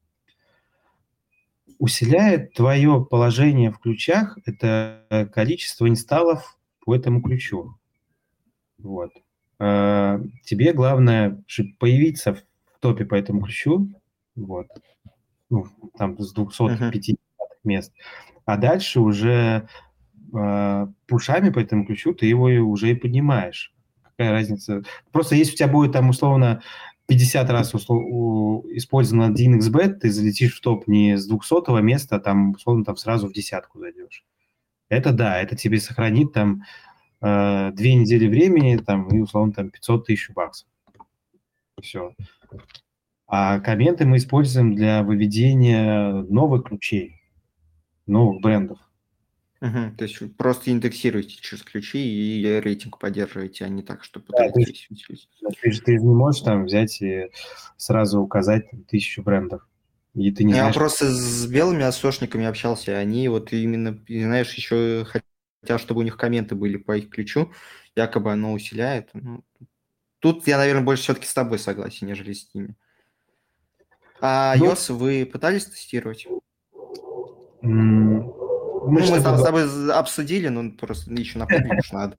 Усиляет твое положение в ключах это количество инсталлов по этому ключу. Вот. А, тебе главное же появиться в топе по этому ключу, вот, ну, там с двухсот Мгм. пятидесяти мест, а дальше уже э, пушами по этому ключу ты его и уже и поднимаешь. Какая разница? Просто если у тебя будет там условно пятьдесят раз услов... у- использован один икс бет, ты залетишь в топ не с двухсотого места, а там условно там сразу в десятку зайдешь. Это да, это тебе сохранит там э, две недели времени там, и условно там пятьсот тысяч баксов. Все. А комменты мы используем для выведения новых ключей, новых брендов. Мгм. То есть вы просто индексируете через ключи и рейтинг поддерживаете, а не так, что Да, то пытаетесь есть усилить. ты же, ты же не можешь там взять и сразу указать там, тысячу брендов. И ты не Я знаешь, просто с белыми отсошниками общался, и они вот именно, и знаешь, еще хотят, чтобы у них комменты были по их ключу, якобы оно усиляет. Ну, тут я, наверное, больше все-таки с тобой согласен, нежели с ними. А ну, iOS вы пытались тестировать? м, мы Ну, же с мы с тобой, тобой с говорим, тобой з- обсудили, но просто еще напомнили, что надо.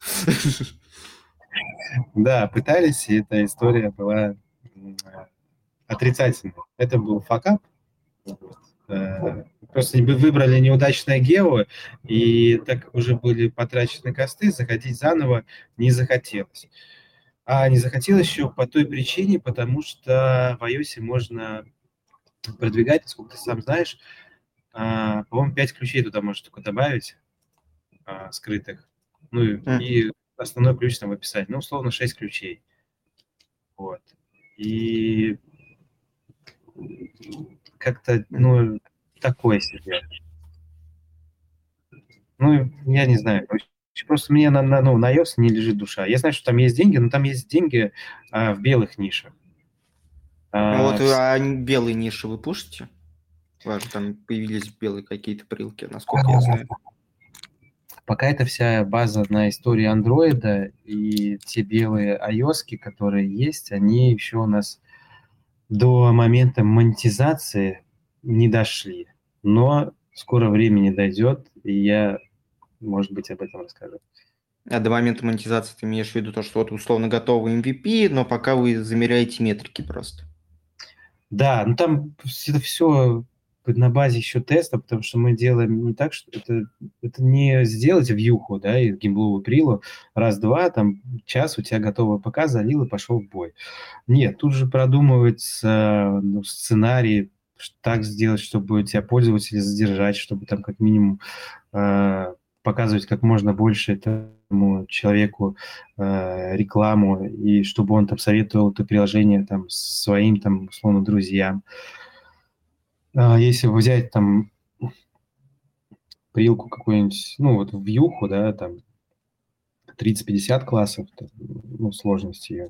да, пытались, и эта история была м, отрицательной. Это был факап. Э, Просто вы выбрали неудачное гео, и так уже были потрачены косты, заходить заново не захотелось. А не захотелось еще по той причине, потому что в iOS можно продвигать, насколько ты сам знаешь, а, по-моему, пять ключей туда можешь только добавить, а, скрытых. Ну и, М, и основной ключ там в описании. Ну, условно, шесть ключей. Вот. И как-то, ну, такое себе. Ну, я не знаю. Просто мне на, на, ну, на iOS не лежит душа. Я знаю, что там есть деньги, но там есть деньги а, в белых нишах. А вот А, в- а белые ниши вы пушите? У вас же там появились белые какие-то прилки, насколько я знаю. Пока это вся база на истории андроида, и те белые iOS, которые есть, они еще у нас до момента монетизации не дошли. Но скоро времени дойдет, и я, может быть, об этом расскажу. А до момента монетизации ты имеешь в виду то, что вот условно готовый эм ви пи, но пока вы замеряете метрики просто. Да, ну там это все на базе еще теста, потому что мы делаем не так, что это, это не сделать вьюху, да, и гимбловую прилу, раз-два, там, час у тебя готовый ПК, залил и пошел в бой. Нет, тут же продумывается ну, сценарий, так сделать, чтобы у тебя пользователи задержать, чтобы там как минимум э, показывать как можно больше этому человеку э, рекламу, и чтобы он там советовал это приложение там своим там условно друзьям. А если взять там прилку какую-нибудь, ну вот вьюху, да, там тридцать-пятьдесят классов, там, ну, сложности ее,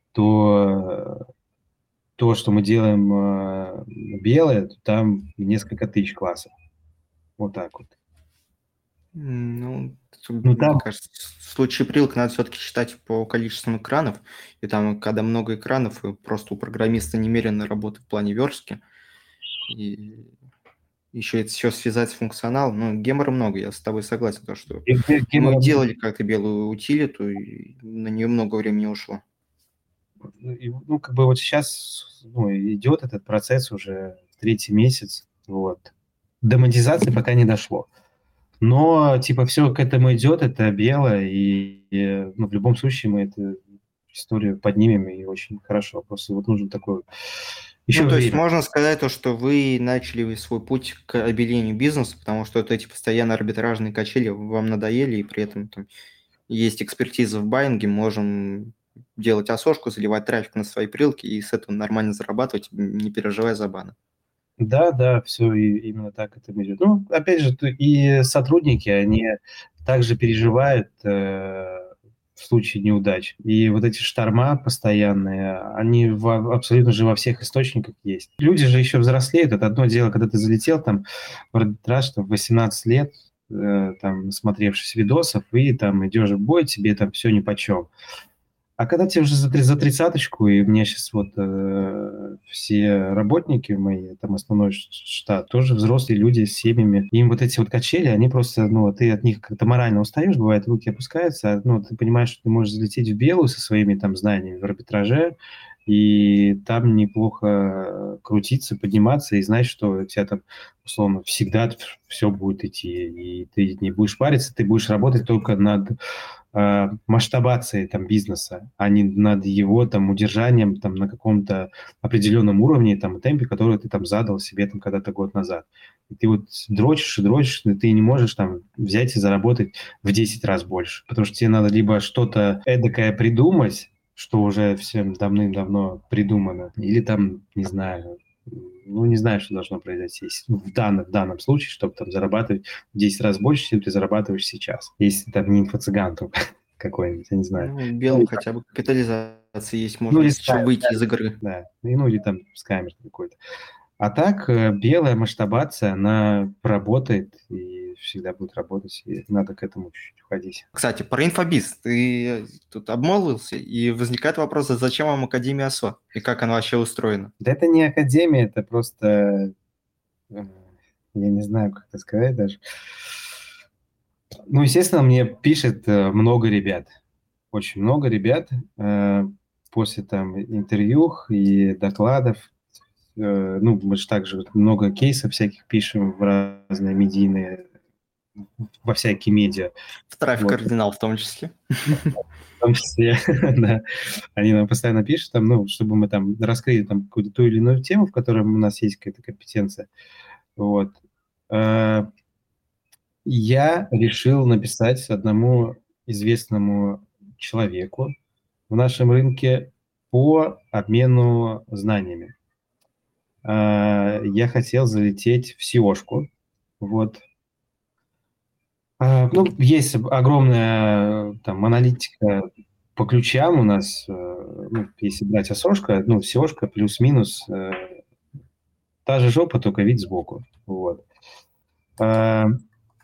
то то, что мы делаем э, белое, то там несколько тысяч классов. Вот так вот. Ну, Ну, мне там, кажется, в случае прилок надо все-таки считать по количеству экранов. И там, когда много экранов, и просто у программиста немерено работы в плане верстки. И еще это все связать с функционалом. Ну, гемора много, я с тобой согласен, то, что мы делали как-то белую утилиту, и на нее много времени ушло. ну, как бы вот сейчас ну, идет этот процесс уже третий месяц, вот. До монетизации пока не дошло. Но, типа, все к этому идет, это белое, и, и ну, в любом случае мы эту историю поднимем, и очень хорошо. Просто вот нужно такое еще Ну, то есть время. можно сказать то, что вы начали свой путь к обелению бизнеса, потому что вот эти постоянно арбитражные качели вам надоели, и при этом там есть экспертиза в байинге, можем делать осошку, заливать трафик на свои прилки и с этого нормально зарабатывать, не переживая за баны. Да, да, все именно так это идет. Ну, опять же, и сотрудники, они также переживают э, в случае неудач. И вот эти шторма постоянные, они в, абсолютно же во всех источниках есть. Люди же еще взрослеют. Это одно дело, когда ты залетел там в арбитраж там, в восемнадцать лет, э, там, насмотревшись видосов, и там идешь в бой, тебе там все нипочем. А когда тебе уже за, за тридцаточку, и у меня сейчас вот э, все работники мои, там основной штат, тоже взрослые люди с семьями, им вот эти вот качели, они просто, ну, ты от них как-то морально устаешь, бывает, руки опускаются, ну, ты понимаешь, что ты можешь залететь в белую со своими там знаниями в арбитраже, и там неплохо крутиться, подниматься и знать, что у тебя там, условно, всегда все будет идти, и ты не будешь париться, ты будешь работать только над э, масштабацией там бизнеса, а не над его там удержанием там на каком-то определенном уровне там темпе, который ты там задал себе там когда-то год назад. И ты вот дрочишь и дрочишь, и ты не можешь там взять и заработать в десять раз больше, потому что тебе надо либо что-то эдакое придумать, что уже всем давным-давно придумано, или там, не знаю, ну, не знаю, что должно произойти в данном, в данном случае, чтобы там зарабатывать в десять раз больше, чем ты зарабатываешь сейчас. Если там не инфо-цыган какой-нибудь, я не знаю. Ну, белым ну, хотя бы капитализация есть, можно ну, или еще скамер, выйти да, из игры. Да, ну или там скамер какой-то. А так белая масштабация, она работает и всегда будет работать, и надо к этому чуть-чуть уходить. Кстати, про инфобиз. Ты тут обмолвился, и возникает вопрос, а зачем вам Академия ОСО? И как она вообще устроена? Да это не Академия, это просто... Я не знаю, как это сказать даже. Ну, естественно, мне пишет много ребят. Очень много ребят после там интервью и докладов. Ну, мы же также много кейсов всяких пишем в разные медийные, во всякие медиа. В трафик вот. Кардинал в том числе. В том числе, да. Они нам постоянно пишут, там, ну, чтобы мы там раскрыли там какую-то ту или иную тему, в которой у нас есть какая-то компетенция. Вот. Я решил написать одному известному человеку в нашем рынке по обмену знаниями. Я хотел залететь в сеошку. Вот. Ну, есть огромная там аналитика по ключам у нас, ну, если брать осошка, ну, сеошка плюс-минус та же жопа, только вид сбоку. Вот. Я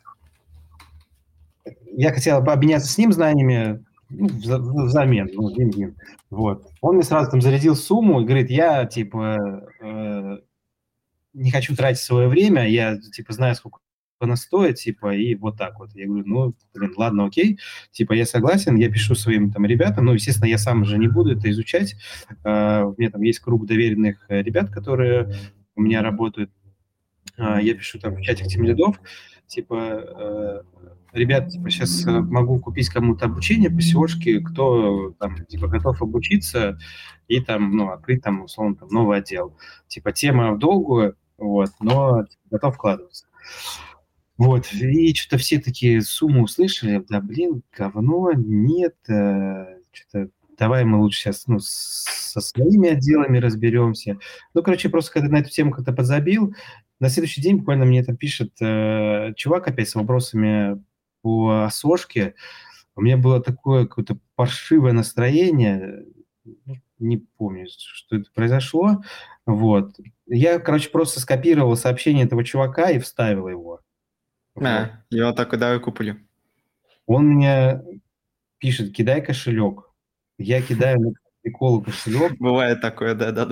хотел обменяться с ним знаниями, ну, взамен, ну, вин-вин. Вот. Он мне сразу там зарядил сумму и говорит, я, типа, э, не хочу тратить свое время, я, типа, знаю, сколько она стоит, типа, и вот так вот. Я говорю, ну, блин, ладно, окей, типа, я согласен, я пишу своим там ребятам, ну, естественно, я сам же не буду это изучать, э, у меня там есть круг доверенных ребят, которые у меня работают, э, я пишу там в чатик тимлидов, типа, э, ребят, типа, сейчас могу купить кому-то обучение по сеошке, кто там, типа, готов обучиться и там, ну, открыть там, условно, там, новый отдел. Типа, тема в долгую, вот, но готов вкладываться. Вот, и что-то все такие суммы услышали, да, блин, говно, нет, э, что-то давай мы лучше сейчас, ну, со своими отделами разберемся. Ну, короче, просто когда на эту тему как-то подзабил, на следующий день буквально мне там пишет э, чувак опять с вопросами по осошке. У меня было такое какое-то паршивое настроение, не помню, что это произошло. Вот. Я, короче, просто скопировал сообщение этого чувака и вставил его. А, Вот. и вот так, давай куплю. Он мне пишет, кидай кошелек. Я кидаю на приколу кошелек. Бывает такое, да-да-да.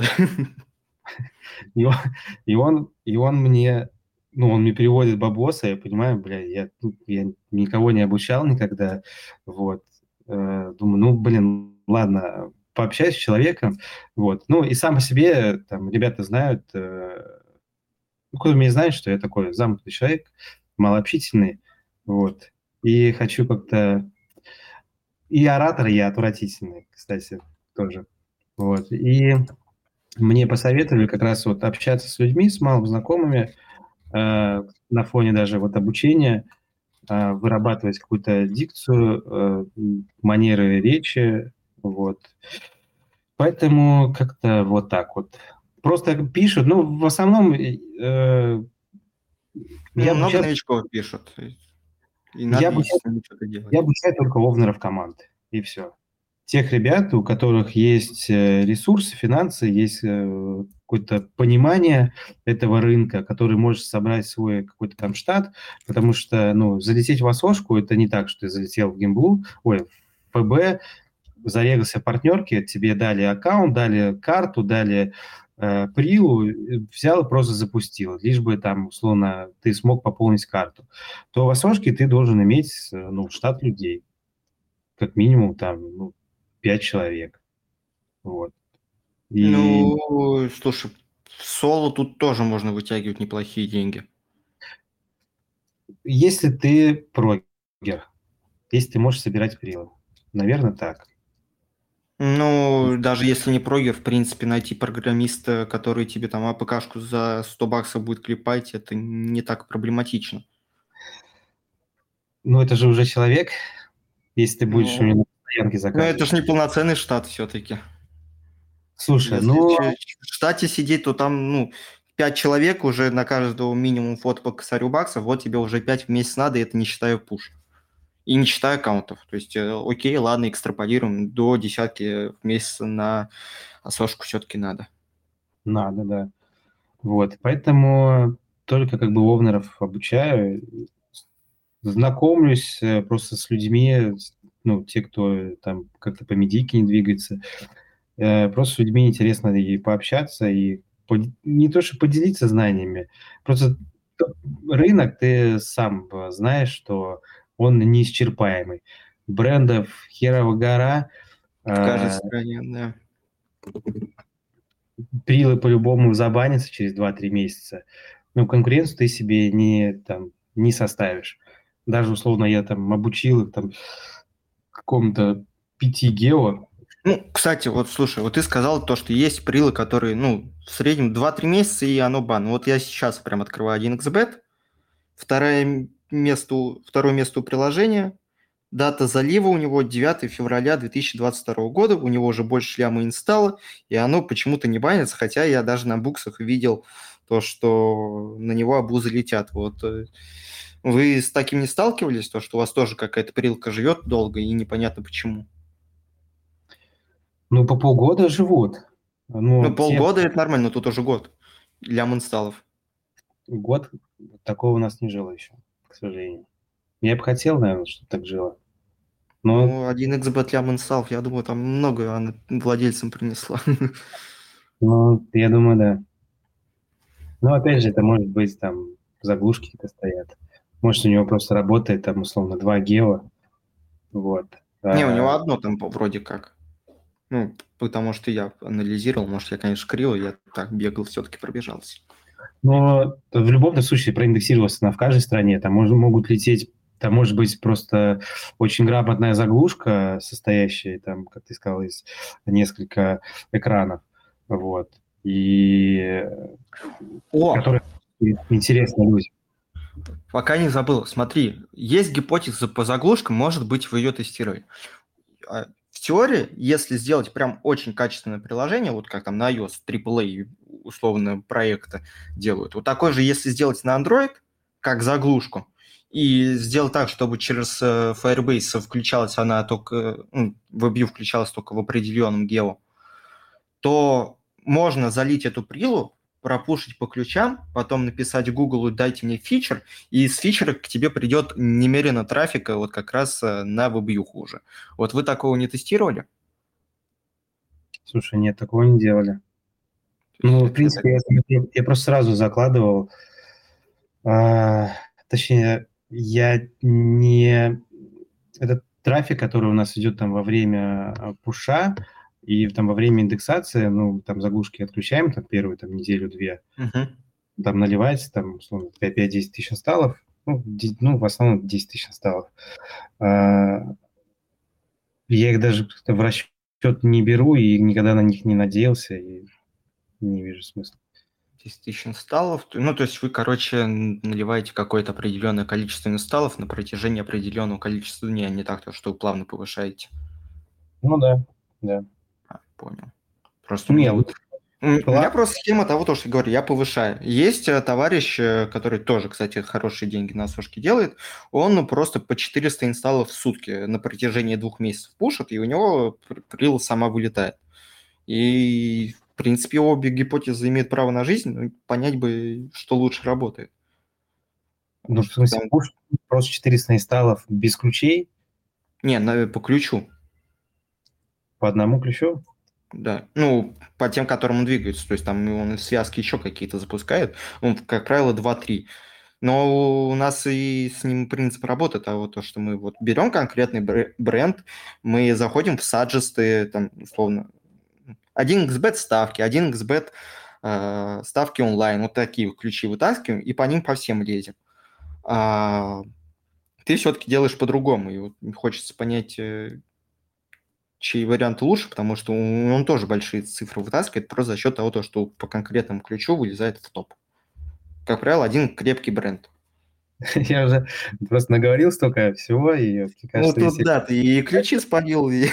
И он, и, он, и он мне, ну, он мне переводит бабосы, я понимаю, бля, я, я никого не обучал никогда, вот. Думаю, ну, блин, ладно, пообщаюсь с человеком, вот. Ну, и сам по себе, там, ребята знают, ну, кто меня знает, что я такой замкнутый человек, малообщительный, вот. И хочу как-то... И оратор я отвратительный, кстати, тоже. Вот. И мне посоветовали как раз вот общаться с людьми, с малыми знакомыми, э, на фоне даже вот обучения, э, вырабатывать какую-то дикцию, э, манеры речи, вот. Поэтому как-то вот так вот. Просто пишут, ну, в основном... Э, Ну, я много обучаю, новичков пишут. И я надо обучаю, что-то делать. я обучаю только овнеров команд, и все. Тех ребят, у которых есть ресурсы, финансы, есть какое-то понимание этого рынка, который может собрать свой какой-то там штат, потому что, ну, залететь в осошку – это не так, что ты залетел в Гимблу, ой, в ФБ, зарегался в партнерке, тебе дали аккаунт, дали карту, дали э, прилу, взял и просто запустил, лишь бы там, условно, ты смог пополнить карту. То в осошке ты должен иметь, ну, штат людей, как минимум там, ну, пять человек. Вот. И Ну, слушай, в соло тут тоже можно вытягивать неплохие деньги. если ты прогер, если ты можешь собирать прилы, наверное, так. Ну, даже если не прогер, в принципе, найти программиста, который тебе там АПКшку за сто баксов будет клепать, это не так проблематично. Ну, это же уже человек, если ты будешь у Ну, него на стоянке ну заказывать. это ж не полноценный штат все-таки. Слушай, Если ну... в штате сидеть, то там, ну, пять человек уже на каждого минимум фото по косарю баксов, вот тебе уже пять в месяц надо, и это не считая пуш. И не считая аккаунтов. То есть, окей, ладно, экстраполируем, до десятки в месяц на осошку все-таки надо. Надо, да. Вот, поэтому только как бы овнеров обучаю, знакомлюсь просто с людьми, ну, те, кто там как-то по медийке не двигается. Просто с людьми интересно и пообщаться, и не то, что поделиться знаниями, просто рынок, ты сам знаешь, что он неисчерпаемый. Брендов херова гора. В каждой стране, да. Прилы по-любому забанятся через два-три месяца. Но конкуренцию ты себе не, там, не составишь. Даже, условно, я там обучил их там какому-то пяти гео. Ну, кстати, вот слушай, вот ты сказал то, что есть прилы, которые, ну, в среднем два-три месяца, и оно бан. Вот я сейчас прям открываю один икс бет, второе место, второе место у приложения, дата залива у него девятого февраля две тысячи двадцать второго года, у него уже больше ляма инсталла, и оно почему-то не банится, хотя я даже на буксах видел то, что на него абузы летят. Вот вы с таким не сталкивались, то, что у вас тоже какая-то прилка живет долго и непонятно почему? Ну, по полгода живут. Ну, Ну, те- полгода это нормально, но тут уже год. Лям инсталлов. год такого у нас не жило еще, к сожалению. Я бы хотел, наверное, чтобы так жило. Но Ну, один икс бет лям инсталлов, я думаю, там много она владельцам принесла. ну, я думаю, да. Ну, опять же, это может быть там заглушки какие-то стоят. Может, у него просто работает там, условно, два гео. Вот. Не, у него А, одно там по- вроде как. Ну, потому что я анализировал, может, я, конечно, криво, я так бегал, все-таки пробежался. Но в любом случае проиндексировалась она в каждой стране. Там мож- могут лететь, там может быть просто очень грамотная заглушка, состоящая, там, как ты сказал, из нескольких экранов. Вот. И О, которая интересна людям. пока не забыл, смотри, есть гипотеза по заглушкам, может быть, вы ее тестировали. А, В теории, если сделать прям очень качественное приложение, вот как там на iOS, трипл эй условно проекты делают, вот такой же, если сделать на Android, как заглушку, и сделать так, чтобы через э, Firebase включалась она только, ну, WebView включалась только в определенном гео, то можно залить эту прилу, пропушить по ключам, потом написать Google, дайте мне фичер, и из фичера к тебе придет немерено трафика вот как раз э, на WebView уже. Вот вы такого не тестировали? Слушай, нет, такого не делали. Ну, в Это я так- принципе, я, я- я просто сразу закладывал, а, точнее, я не... Этот трафик, который у нас идет там во время а, пуша и там во время индексации, ну, там заглушки отключаем, там первую там неделю-две, Мгм. там наливается там, условно, пять-десять тысяч инсталлов, ну, ди- ну, в основном десять тысяч инсталлов. А, я их даже как-то в расчет не беру и никогда на них не надеялся, и не вижу смысла. десять тысяч инсталлов. Ну, то есть вы, короче, н- наливаете какое-то определенное количество инсталлов на протяжении определенного количества дней, а не так, то, что вы плавно повышаете. Ну да, да. А, понял. Просто Не, мне ну, вот... М, У меня класс. просто схема того, то, что я говорю, я повышаю. Есть э, товарищ, э, который тоже, кстати, хорошие деньги на сошке делает, он ну, просто по четыреста инсталлов в сутки на протяжении двух месяцев пушит, и у него пр- прила сама вылетает. И, в принципе, обе гипотезы имеют право на жизнь, ну, понять бы, что лучше работает. Ну, в смысле, Там- пуш просто четыреста инсталлов без ключей Не, на- по ключу, по одному ключу. да. Ну, по тем, которым он двигается. То есть там он связки еще какие-то запускает. Он, как правило, два-три. Но у нас и с ним принцип работает, а вот то, что мы вот берем конкретный бре- бренд, мы заходим в саджесты, там, условно, один икс бет ставки, один икс бет э, ставки онлайн, вот такие ключи вытаскиваем и по ним по всем лезем. А ты все-таки делаешь по-другому, и вот хочется понять, э, чей вариант лучше, потому что он тоже большие цифры вытаскивает просто за счет того, то, что по конкретному ключу вылезает в топ. Как правило, один крепкий бренд. Я уже просто наговорил столько всего, и мне Ну, кажется, тут, если... да, ты и ключи спалил, и...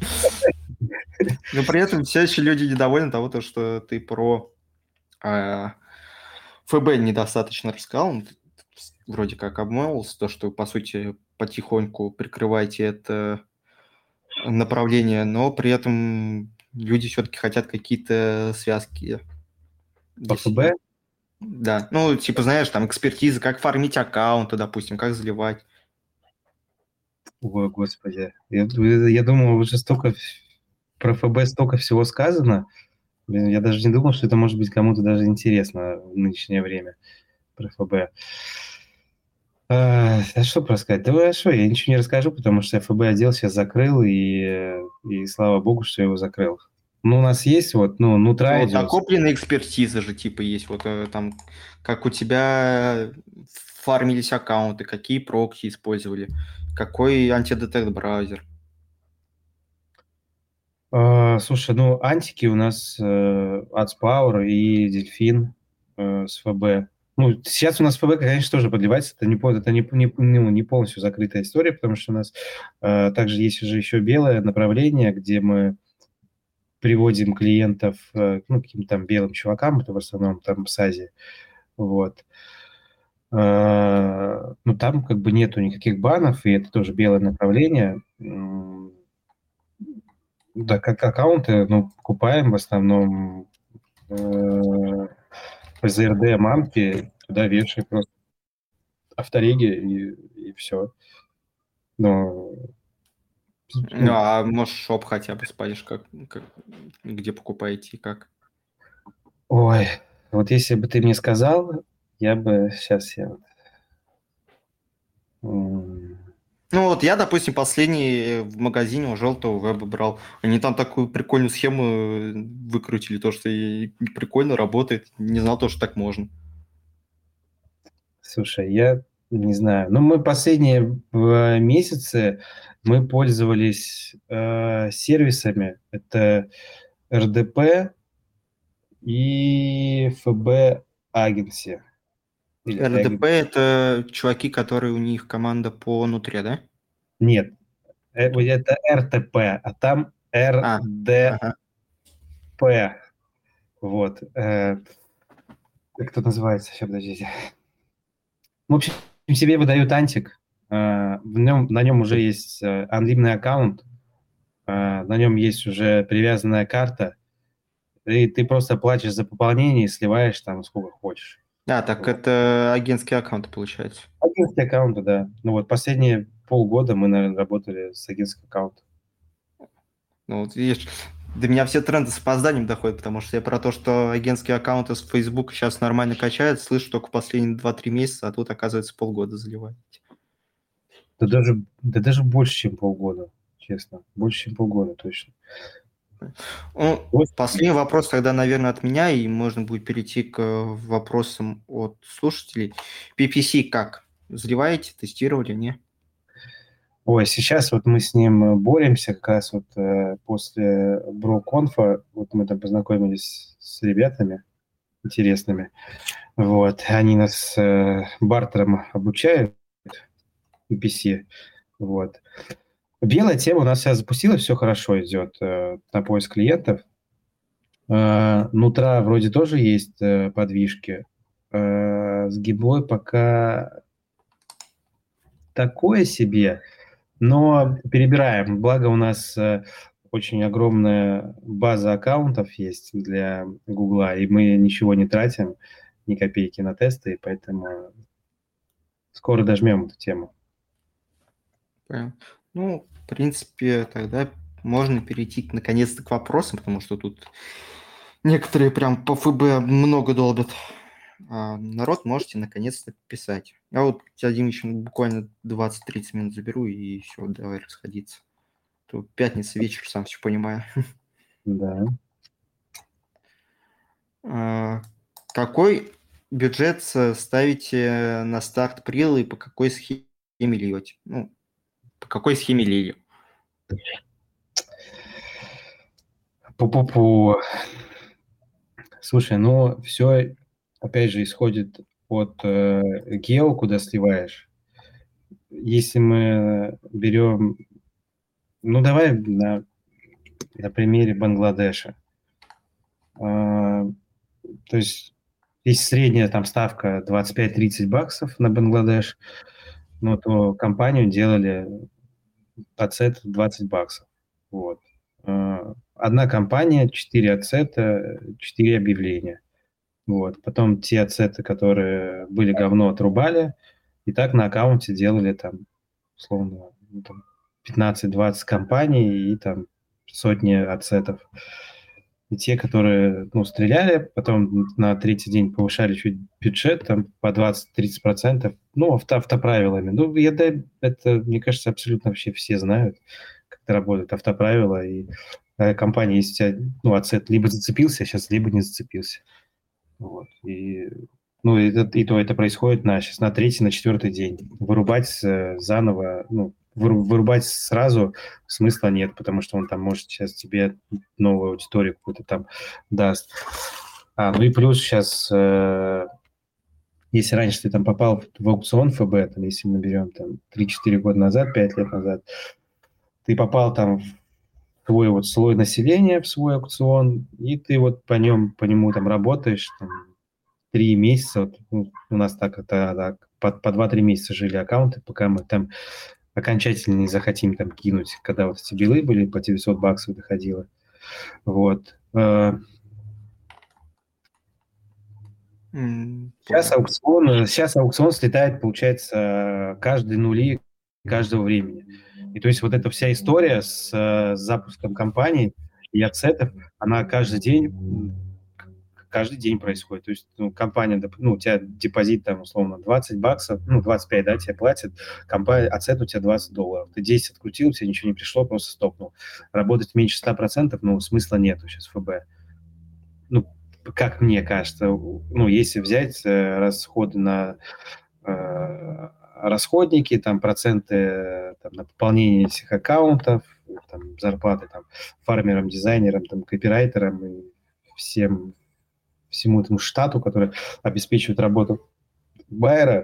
но при этом все еще люди недовольны того, то, что ты про а, эф бэ недостаточно рассказал. Ну, ты вроде как обмолвился, то, что, по сути, потихоньку прикрываете это направление, но при этом люди все-таки хотят какие-то связки По для эф бэ? себя. Да, ну, типа, знаешь, там экспертиза, как фармить аккаунты, допустим, как заливать. Ой, господи. Я, я думал, уже столько... Про эф бэ столько всего сказано. Блин, я даже не думал, что это может быть кому-то даже интересно в нынешнее время про эф бэ. А, а что про сказать? Да а что, я ничего не расскажу, потому что эф бэ отдел сейчас закрыл, и, и слава богу, что я его закрыл. Ну, у нас есть вот, ну, Нутра Вот идет. накопленная экспертиза же, типа, есть. Вот э, там, как у тебя фармились аккаунты, какие прокси использовали, какой антидетект браузер. А, слушай, ну, антики у нас э, AdsPower и Дельфин э, с эф бэ. Ну, сейчас у нас ФБ, конечно, тоже подливается. Это не, это не, не, ну, не полностью закрытая история, потому что у нас э, также есть уже еще белое направление, где мы приводим клиентов э, ну, каким-то там белым чувакам, это в основном там с Азии. Вот. Э, ну, там как бы нету никаких банов, и это тоже белое направление. Да, как аккаунты, ну, покупаем в основном э, зэ эр дэ мамки, туда вешаем просто автореги и, и все. Но... Ну, а можешь шоп хотя бы спалишь, как, как, где покупаете и как? Ой, вот если бы ты мне сказал, я бы сейчас я... Ну вот я, допустим, последний в магазине у Желтого Веба брал. Они там такую прикольную схему выкрутили, то, что и прикольно работает. Не знал то, что так можно. Слушай, я не знаю. Ну, мы последние месяцы мы пользовались э, сервисами. Это эр дэ пэ и эф бэ Agency. эр дэ пэ – это чуваки, которые у них команда по нутре, да? Нет, это эр тэ пэ, а там эр дэ пэ. А, ага. Вот. Как это называется? Сейчас, подождите. В общем, себе выдают антик. В нем, на нем уже есть анлимный аккаунт, на нем есть уже привязанная карта, и ты просто платишь за пополнение и сливаешь там сколько хочешь. А, так вот. Это агентские аккаунты, получается. Агентские аккаунты, да. Ну вот последние полгода мы, наверное, работали с агентским аккаунтом. Ну вот видишь, до меня все тренды с опозданием доходят, потому что я про то, что агентские аккаунты с Facebook сейчас нормально качают, слышу только последние два-три месяца, а тут, оказывается, полгода заливаете. Да даже, да даже больше, чем полгода, честно. Больше, чем полгода, точно. Ну, последний вопрос тогда, наверное, от меня, и можно будет перейти к вопросам от слушателей. пи пи си как? Заливаете, тестировали, не? Ой, сейчас вот мы с ним боремся, как раз вот э, после Бро-конфа, вот мы там познакомились с ребятами интересными, вот, они нас э, бартером обучают, пи пи си, вот. Белая тема у нас сейчас запустилась, все хорошо идет э, на поиск клиентов. Э, нутра вроде тоже есть э, подвижки. Э, с гиблой пока такое себе, но перебираем. Благо у нас э, очень огромная база аккаунтов есть для Гугла, и мы ничего не тратим, ни копейки на тесты, и поэтому скоро дожмем эту тему. Понятно. Ну, в принципе, тогда можно перейти наконец-то к вопросам, потому что тут некоторые прям по эф бэ много долбят. А, народ, можете наконец-то писать. Я вот тебя, Дим, еще буквально двадцать-тридцать минут заберу, и все, давай расходиться. То пятница вечер, сам все понимаю. Да. А, какой бюджет ставите на старт прила и по какой схеме льете? Ну, по какой схеме лили? Пу-пу-пу. Слушай, ну все, опять же, исходит от э, гео, куда сливаешь. Если мы берем, ну давай на, на примере Бангладеша. А, то есть если средняя там ставка двадцать пять-тридцать баксов на Бангладеш, ну то компанию делали ацет двадцать баксов. Вот. Одна компания, четыре ацета, четыре объявления. Вот. Потом те ацеты, которые были говно, отрубали, и так на аккаунте делали там, условно, там пятнадцать-двадцать компаний и там сотни ацетов. И те, которые, ну, стреляли, потом на третий день повышали чуть бюджет, там, по двадцать-тридцать процентов, ну, авто, автоправилами. Ну, я, да, это, мне кажется, абсолютно вообще все знают, как это работает, автоправила, и э, компания, если у тебя, ну, ацет либо зацепился сейчас, либо не зацепился. Вот, и, ну, и, и то это происходит на, сейчас на третий, на четвертый день. Вырубать э, заново, ну, вырубать сразу смысла нет, потому что он там может сейчас тебе новую аудиторию какую-то там даст. А, ну и плюс сейчас э, если раньше ты там попал в аукцион эф бэ, там, если мы берем там три-четыре года назад, пять лет назад, ты попал там в свой вот слой населения, в свой аукцион, и ты вот по нем, по нему там работаешь там, три месяца, вот, ну, у нас так это так, по, по два-три месяца жили аккаунты, пока мы там окончательно не захотим там кинуть, когда вот эти билы были, по девятьсот баксов доходило. Вот. Mm, сейчас, аукцион, сейчас аукцион слетает, получается, каждые нули каждого времени. И то есть вот эта вся история с, с запуском компаний и отсетов, она каждый день, каждый день происходит. То есть ну, компания, ну, у тебя депозит там условно двадцать баксов, ну, двадцать пять, да, тебе платят, компания, отсет у тебя двадцать долларов. Ты десять открутил, у тебя ничего не пришло, просто стопнул. Работать меньше ста процентов, ну, смысла нету сейчас в эф бэ. Ну, как мне кажется, ну, если взять э, расходы на э, расходники, там, проценты там, на пополнение этих аккаунтов, там, зарплаты там, фармерам, дизайнерам, там, копирайтерам и всем, всему этому штату, который обеспечивает работу байера.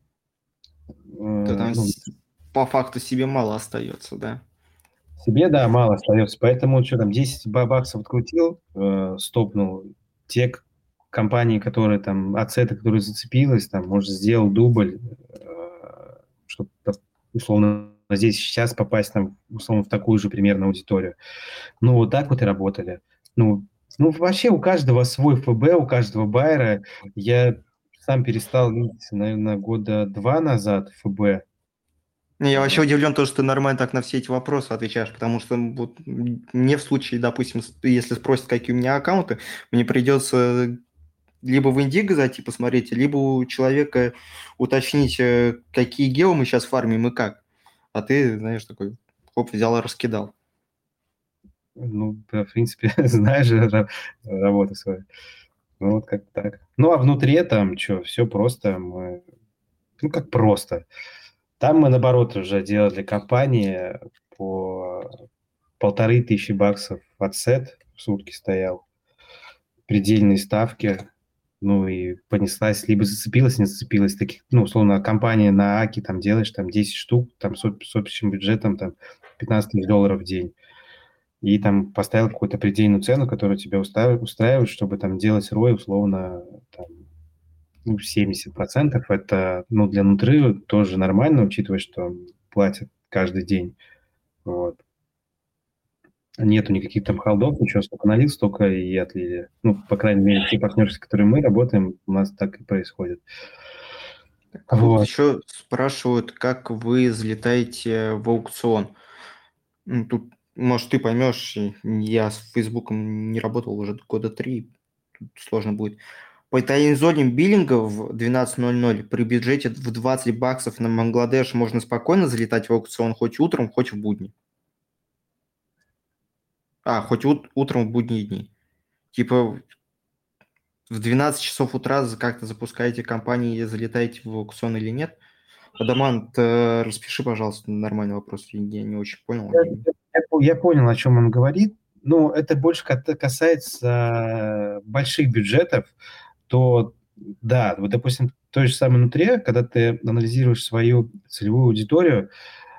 То там ну, по факту себе мало остается, да? Себе, да, мало остается. Поэтому что там, десять баксов открутил, э, стопнул. Те компании, которые там, ацеты, которые зацепилась, там, может, сделал дубль, э, чтобы, условно, здесь сейчас попасть, там, условно, в такую же примерно аудиторию. Ну, вот так вот и работали. Ну, ну вообще у каждого свой эф бэ, у каждого байера. Я сам перестал видеть, наверное, года два назад эф бэ. Я вообще удивлен, то, что ты нормально так на все эти вопросы отвечаешь, потому что вот, мне в случае, допустим, если спросят, какие у меня аккаунты, мне придется либо в Индиго зайти посмотреть, либо у человека уточнить, какие гео мы сейчас фармим и как. А ты, знаешь, такой, хоп, взял и раскидал. Ну, в принципе, знаешь же работу свою. Ну, вот как так. Ну, а внутри там что, все просто. Мы... Ну, как просто. Там мы, наоборот, уже делали компании по полторы тысячи баксов отсет в сутки стоял. Предельные ставки. Ну, и понеслась, либо зацепилась, не зацепилась. Таких, ну, условно, компания на Аки там делаешь там десять штук, там с, с общим бюджетом там пятнадцать тысяч долларов в день. И там поставил какую-то предельную цену, которая тебя устраивает, устраивает чтобы там делать рой условно там, ну, семьдесят процентов. Это ну, для нутры тоже нормально, учитывая, что платят каждый день. Вот. Нету никаких там холдов, ничего, столько налил, столько и отлили. Ну, по крайней мере, те партнеры, с которыми мы работаем, у нас так и происходит. Тут Вот. еще спрашивают, как вы залетаете в аукцион. Тут, может, ты поймешь, я с Фейсбуком не работал уже года три, тут сложно будет. По таймзоне биллинга в двенадцать ноль ноль при бюджете в двадцать баксов на Бангладеш можно спокойно залетать в аукцион хоть утром, хоть в будни. А, хоть ут- утром в будние дни. Типа в двенадцать часов утра как-то запускаете компании и залетаете в аукцион или нет? Адамант, э, распиши, пожалуйста, нормальный вопрос. Я не очень понял. Я, я, я понял, о чем он говорит. Ну, это больше касается больших бюджетов, то да, вот, допустим, той же самой нутре, когда ты анализируешь свою целевую аудиторию,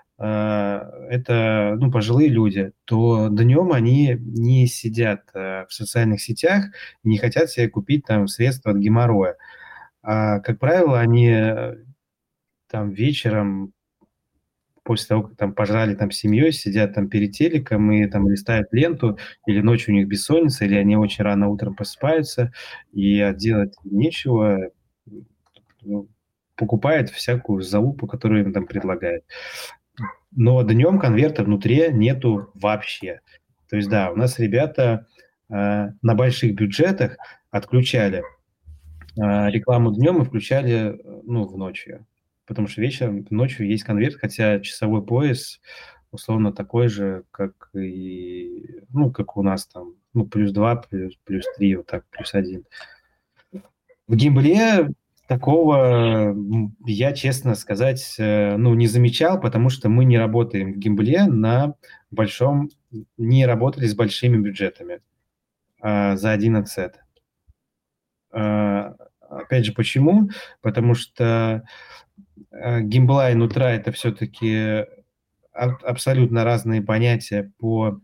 это, ну, пожилые люди, то днем они не сидят в социальных сетях, не хотят себе купить там средства от геморроя. А, как правило, они там вечером, после того, как там пожрали там с семьей, сидят там перед телеком и там листают ленту, или ночью у них бессонница, или они очень рано утром просыпаются, и делать нечего, ну, покупают всякую залупу, которую им там предлагают. Но днем конверта внутри нету вообще. То есть, да, у нас ребята э, на больших бюджетах отключали э, рекламу днем и включали, ну, в ночью. Потому что вечером, ночью есть конверт, хотя часовой пояс условно такой же, как и, ну, как у нас там, ну, плюс два, плюс, плюс три, вот так, плюс один. В гимбле такого я, честно сказать, ну, не замечал, потому что мы не работаем в гимбле на большом, не работали с большими бюджетами а, за один отсет. А, опять же, почему? Потому что геймбла и нутра – это все-таки абсолютно разные понятия по,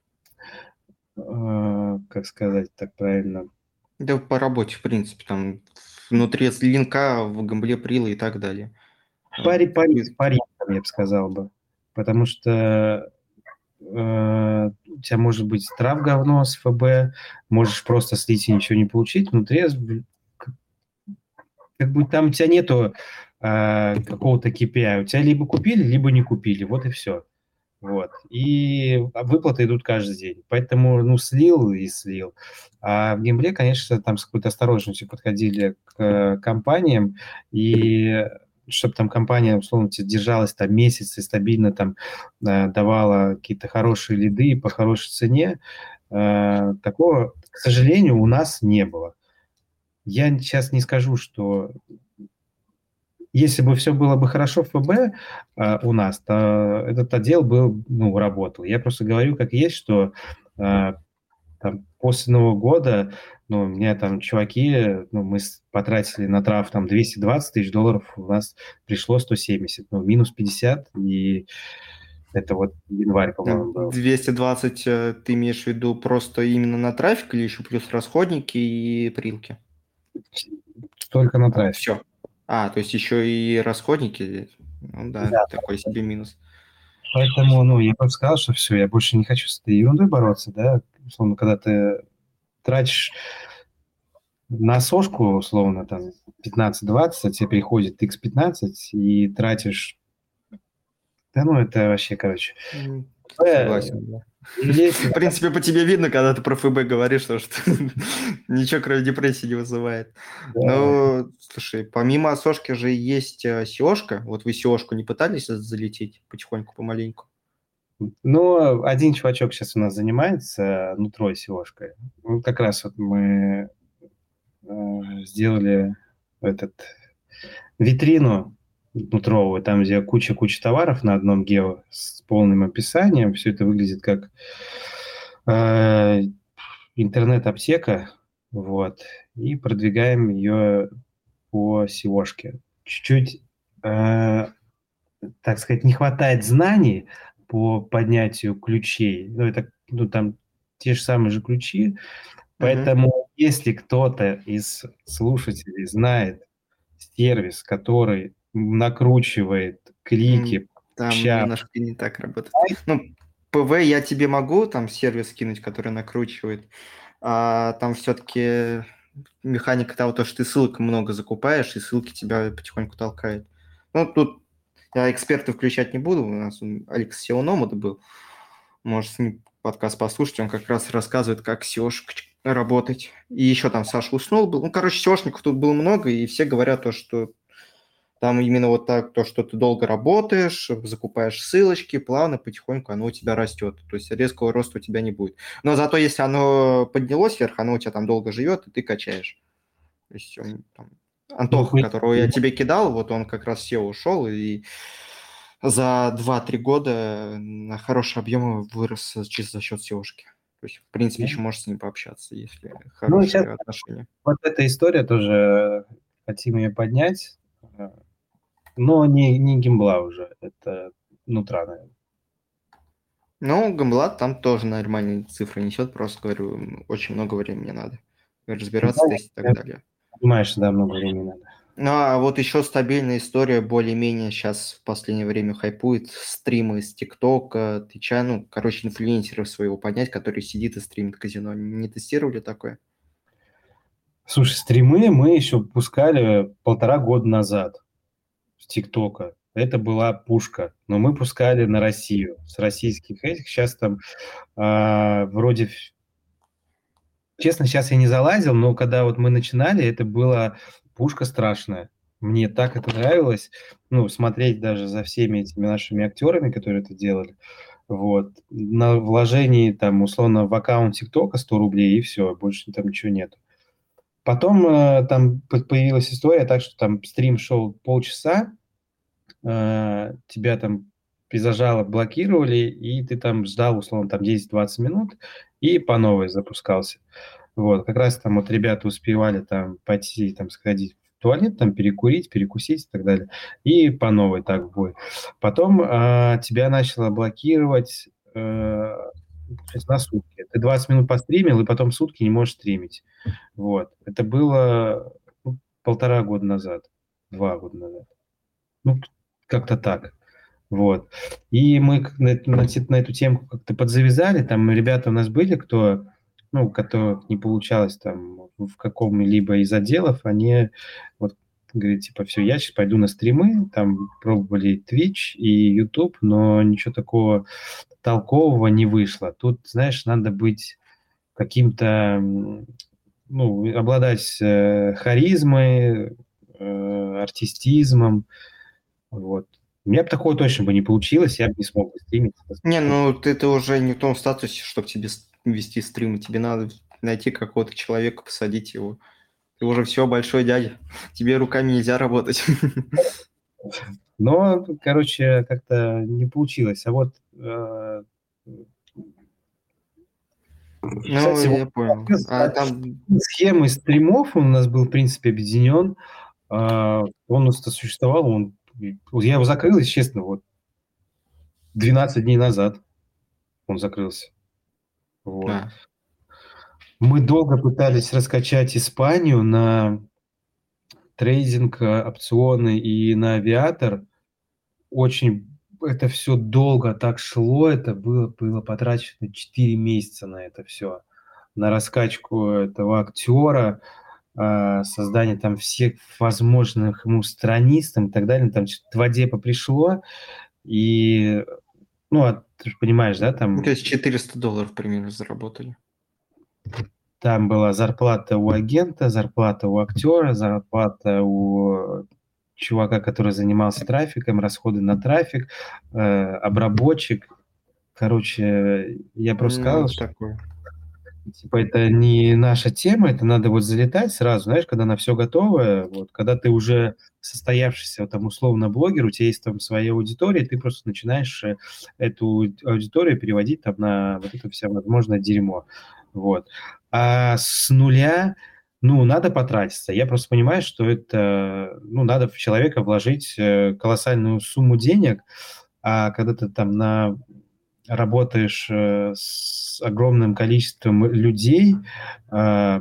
как сказать так правильно? Да, по работе, в принципе, там внутри линка, в гамбле прила и так далее. Пари, пари, пари, я бы сказал бы. Потому что э, у тебя может быть трав говно с ФБ, можешь просто слить и ничего не получить. Внутри как бы там у тебя нету э, какого-то кей пи ай. У тебя либо купили, либо не купили. Вот и все. Вот. И выплаты идут каждый день. Поэтому, ну, слил и слил. А в геймбле, конечно, там с какой-то осторожностью подходили к э, компаниям. И чтобы там компания, условно, держалась там месяц и стабильно там э, давала какие-то хорошие лиды по хорошей цене, э, такого, к сожалению, у нас не было. Я сейчас не скажу, что если бы все было бы хорошо в ФБ э, у нас, то этот отдел был, ну, работал. Я просто говорю, как есть, что э, там, после Нового года, ну, у меня там чуваки, ну, мы потратили на трав там двести двадцать тысяч долларов, у нас пришло сто семьдесят, ну, минус пятьдесят, и это вот январь, по-моему, был. двести двадцать ты имеешь в виду просто именно на трафик или еще плюс расходники и прилки? Только на трафик. Все. А, то есть еще и расходники. Ну да, да, такой себе минус. Поэтому, ну, я просто сказал, что все, я больше не хочу с этой ерундой бороться, да, условно, когда ты тратишь на сошку, условно, там, пятнадцать-двадцать, а тебе приходит икс пятнадцать, и тратишь... Да ну, это вообще, короче... Согласен, да. В принципе, по тебе видно, когда ты про ФБ говоришь, что, что ничего кроме депрессии не вызывает. Да. Ну, слушай, помимо сошки же есть сеошка. Вот вы сеошку не пытались залететь потихоньку, помаленьку? Ну, один чувачок сейчас у нас занимается нутрой сеошкой. Ну, как раз вот мы э, сделали этот витрину нутровую, там, где куча-куча товаров на одном гео с полным описанием. Все это выглядит как э, интернет-аптека, вот, и продвигаем ее по сеошке. Чуть-чуть, э, так сказать, не хватает знаний по поднятию ключей. Ну, это, ну, там те же самые же ключи, поэтому uh-huh. если кто-то из слушателей знает сервис, который накручивает клики. Там немножко не так работает. Ну, ПВ я тебе могу там сервис скинуть, который накручивает, а там все-таки механика того, то, что ты ссылок много закупаешь, и ссылки тебя потихоньку толкают. Ну, тут я эксперта включать не буду, у нас Алекс сео Номад был, может с ним подкаст послушать, он как раз рассказывает, как сеошка работать. И еще там Саша Уснул был. Ну, короче, сеошников тут было много, и все говорят то, что там именно вот так, то, что ты долго работаешь, закупаешь ссылочки, плавно, потихоньку оно у тебя растет. То есть резкого роста у тебя не будет. Но зато если оно поднялось вверх, оно у тебя там долго живет, и ты качаешь. То есть он, там, Антоха, которого я тебе кидал, вот он как раз сео ушел, и за два-три года на хорошие объемы вырос чисто за счет сеошки. То есть, в принципе, еще можешь с ним пообщаться, если хорошие ну, отношения. Вот эта история тоже, хотим ее поднять, но не, не геймбла уже, это нутра, наверное. Ну, геймбла там тоже нормальные цифры несет, просто, говорю, очень много времени надо разбираться, да, тестить и так далее. Понимаешь, да, много времени надо. Ну, а вот еще стабильная история, более-менее сейчас в последнее время хайпует, стримы с ТикТока, Твича, ну, короче, инфлюенсеров своего поднять, который сидит и стримит казино. Не тестировали такое? Слушай, стримы мы еще пускали полтора года назад с ТикТока. Это была пушка, но мы пускали на Россию, с российских этих. Сейчас там э, вроде... Честно, сейчас я не залазил, но когда вот мы начинали, это была пушка страшная. Мне так это нравилось, ну, смотреть даже за всеми этими нашими актерами, которые это делали. Вот. На вложении, там, условно, в аккаунт ТикТока сто рублей, и все, больше там ничего нет. Потом э, там появилась история так, что там стрим шел полчаса, э, тебя там призажало, блокировали, и ты там ждал, условно, там десять-двадцать минут, и по новой запускался. Вот, как раз там вот ребята успевали там пойти, там сходить в туалет, там перекурить, перекусить и так далее, и по новой так в бой. Потом а, тебя начало блокировать э, на сутки. Ты двадцать минут постримил, и потом сутки не можешь стримить. Вот. Это было ну, полтора года назад, два года назад. Ну, как-то так. Вот. И мы к- на, эту- на, те- на эту тему как-то подзавязали. Там ребята у нас были, кто, ну, у которых не получалось там в каком-либо из отделов, они вот говорят, типа, все, я сейчас пойду на стримы, там пробовали Twitch и YouTube, но ничего такого толкового не вышло. Тут, знаешь, надо быть каким-то, м, ну, обладать э, харизмой, э, артистизмом, вот. У меня бы такого точно бы не получилось, я бы не смог бы стримить. Не, ну ты, ты уже не в том статусе, чтобы тебе с- вести стримы. Тебе надо найти какого-то человека, посадить его. Ты уже все, большой дядя. Тебе руками нельзя работать. Но, короче, как-то не получилось. А вот, э, Ну, кстати, вот я понял. А там, схемы стримов он у нас был, в принципе, объединен. А, Он у нас существовал, он, вот я его закрыл, если честно, вот двенадцать дней назад он закрылся. Вот. а, Мы долго пытались раскачать Испанию на трейдинг, э, опционы и на авиатор. Очень это все долго так шло, это было, было потрачено четыре месяца на это все, на раскачку этого актера, а, создание там всех возможных ему страниц там, и так далее. Там что-то в Адепо пришло, и, ну, а ты же понимаешь, да, ну, там, то есть четыреста долларов примерно заработали. там была зарплата у агента, зарплата у актера, зарплата у чувака, который занимался трафиком, расходы на трафик, э, обработчик. Короче, я просто Ну, сказал, это что такое. типа это не наша тема, это надо вот залетать сразу, знаешь, когда на все готово, вот, когда ты уже состоявшийся там условно блогер, у тебя есть там своя аудитория, ты просто начинаешь э, эту аудиторию переводить там на вот это все возможное дерьмо, вот. А с нуля, ну, надо потратиться. Я просто понимаю, что это, ну, надо в человека вложить э, колоссальную сумму денег, а когда ты там на работаешь э, с огромным количеством людей, э,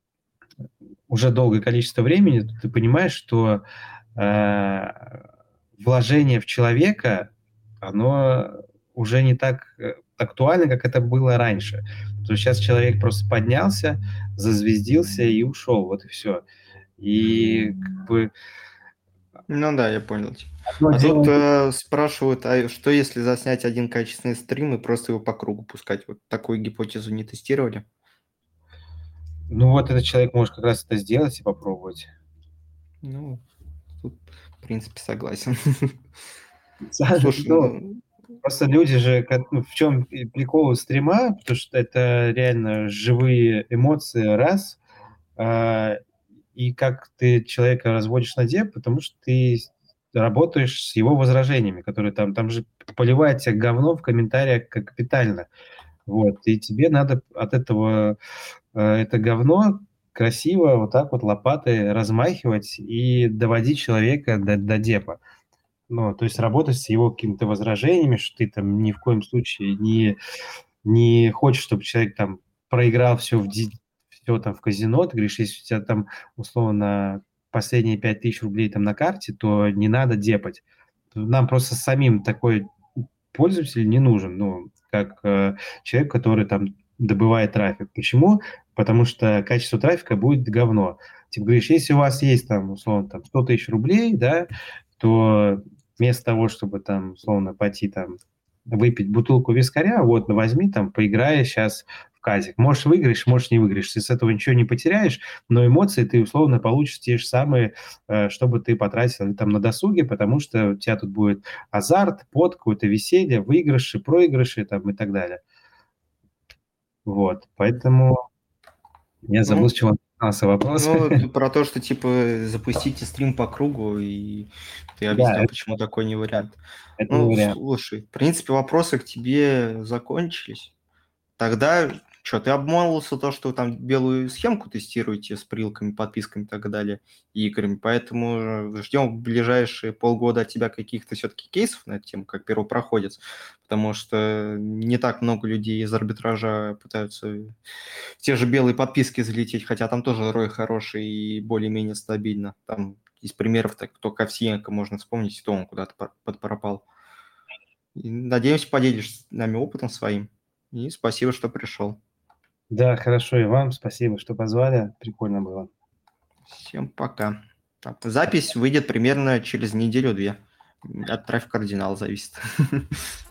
уже долгое количество времени, то ты понимаешь, что э, вложение в человека, оно уже не так э, актуально, как это было раньше. То есть сейчас человек просто поднялся, зазвездился и ушел, вот и все. И как бы Ну да, я понял тебя. одно А тут дело. э, спрашивают, а что если заснять один качественный стрим и просто его по кругу пускать? Вот такую гипотезу не тестировали? Ну вот этот человек может как раз это сделать и попробовать. Ну, тут, в принципе, согласен. Слушай, Ну, ну, просто люди же, как- ну, в чем прикол стрима, потому что это реально живые эмоции, раз, а, и как ты человека разводишь на деп, потому что ты работаешь с его возражениями, которые там, там же поливает тебя говно в комментариях как капитально, вот, и тебе надо от этого э, это говно красиво вот так вот лопатой размахивать и доводить человека до, до депа. Ну, то есть работать с его какими-то возражениями, что ты там ни в коем случае не, не хочешь, чтобы человек там проиграл все в, ди- все там в казино. Ты говоришь, если у тебя там условно последние пять тысяч рублей там на карте, то не надо депать. Нам просто самим такой пользователь не нужен, ну, как э, человек, который там добывает трафик. Почему? Потому что качество трафика будет говно. Типа говоришь, если у вас есть там, условно, там сто тысяч рублей, да, то вместо того, чтобы там, условно, пойти там выпить бутылку вискаря, вот, ну, возьми там, поиграй сейчас в казик. Можешь выиграешь, можешь не выиграешь. Ты с этого ничего не потеряешь, но эмоции ты условно получишь те же самые, э, чтобы ты потратил там на досуге, потому что у тебя тут будет азарт, пот, какое-то веселье, выигрыши, проигрыши там и так далее. Вот, поэтому я забыл, ну, с чего начался вопрос. ну, ты про то, что, типа, запустите стрим по кругу, и ты Да, объяснял, это, почему такой не вариант. это не Ну, вариант. слушай, в принципе, вопросы к тебе закончились. Тогда Что, ты обмолвился то, что вы там белую схемку тестируете с прилками, подписками и так далее, и играми, поэтому ждем в ближайшие полгода от тебя каких-то все-таки кейсов на эту тему, как первопроходец, потому что не так много людей из арбитража пытаются в те же белые подписки залететь, хотя там тоже рой хороший и более-менее стабильно. Там из примеров так, только Овсиенко можно вспомнить, то он куда-то подпропал. И надеемся, поделишься с нами опытом своим. И спасибо, что пришел. Да, хорошо, и вам спасибо, что позвали. Прикольно было. Всем пока. Так, запись выйдет примерно через неделю-две. От трафика кардинала зависит.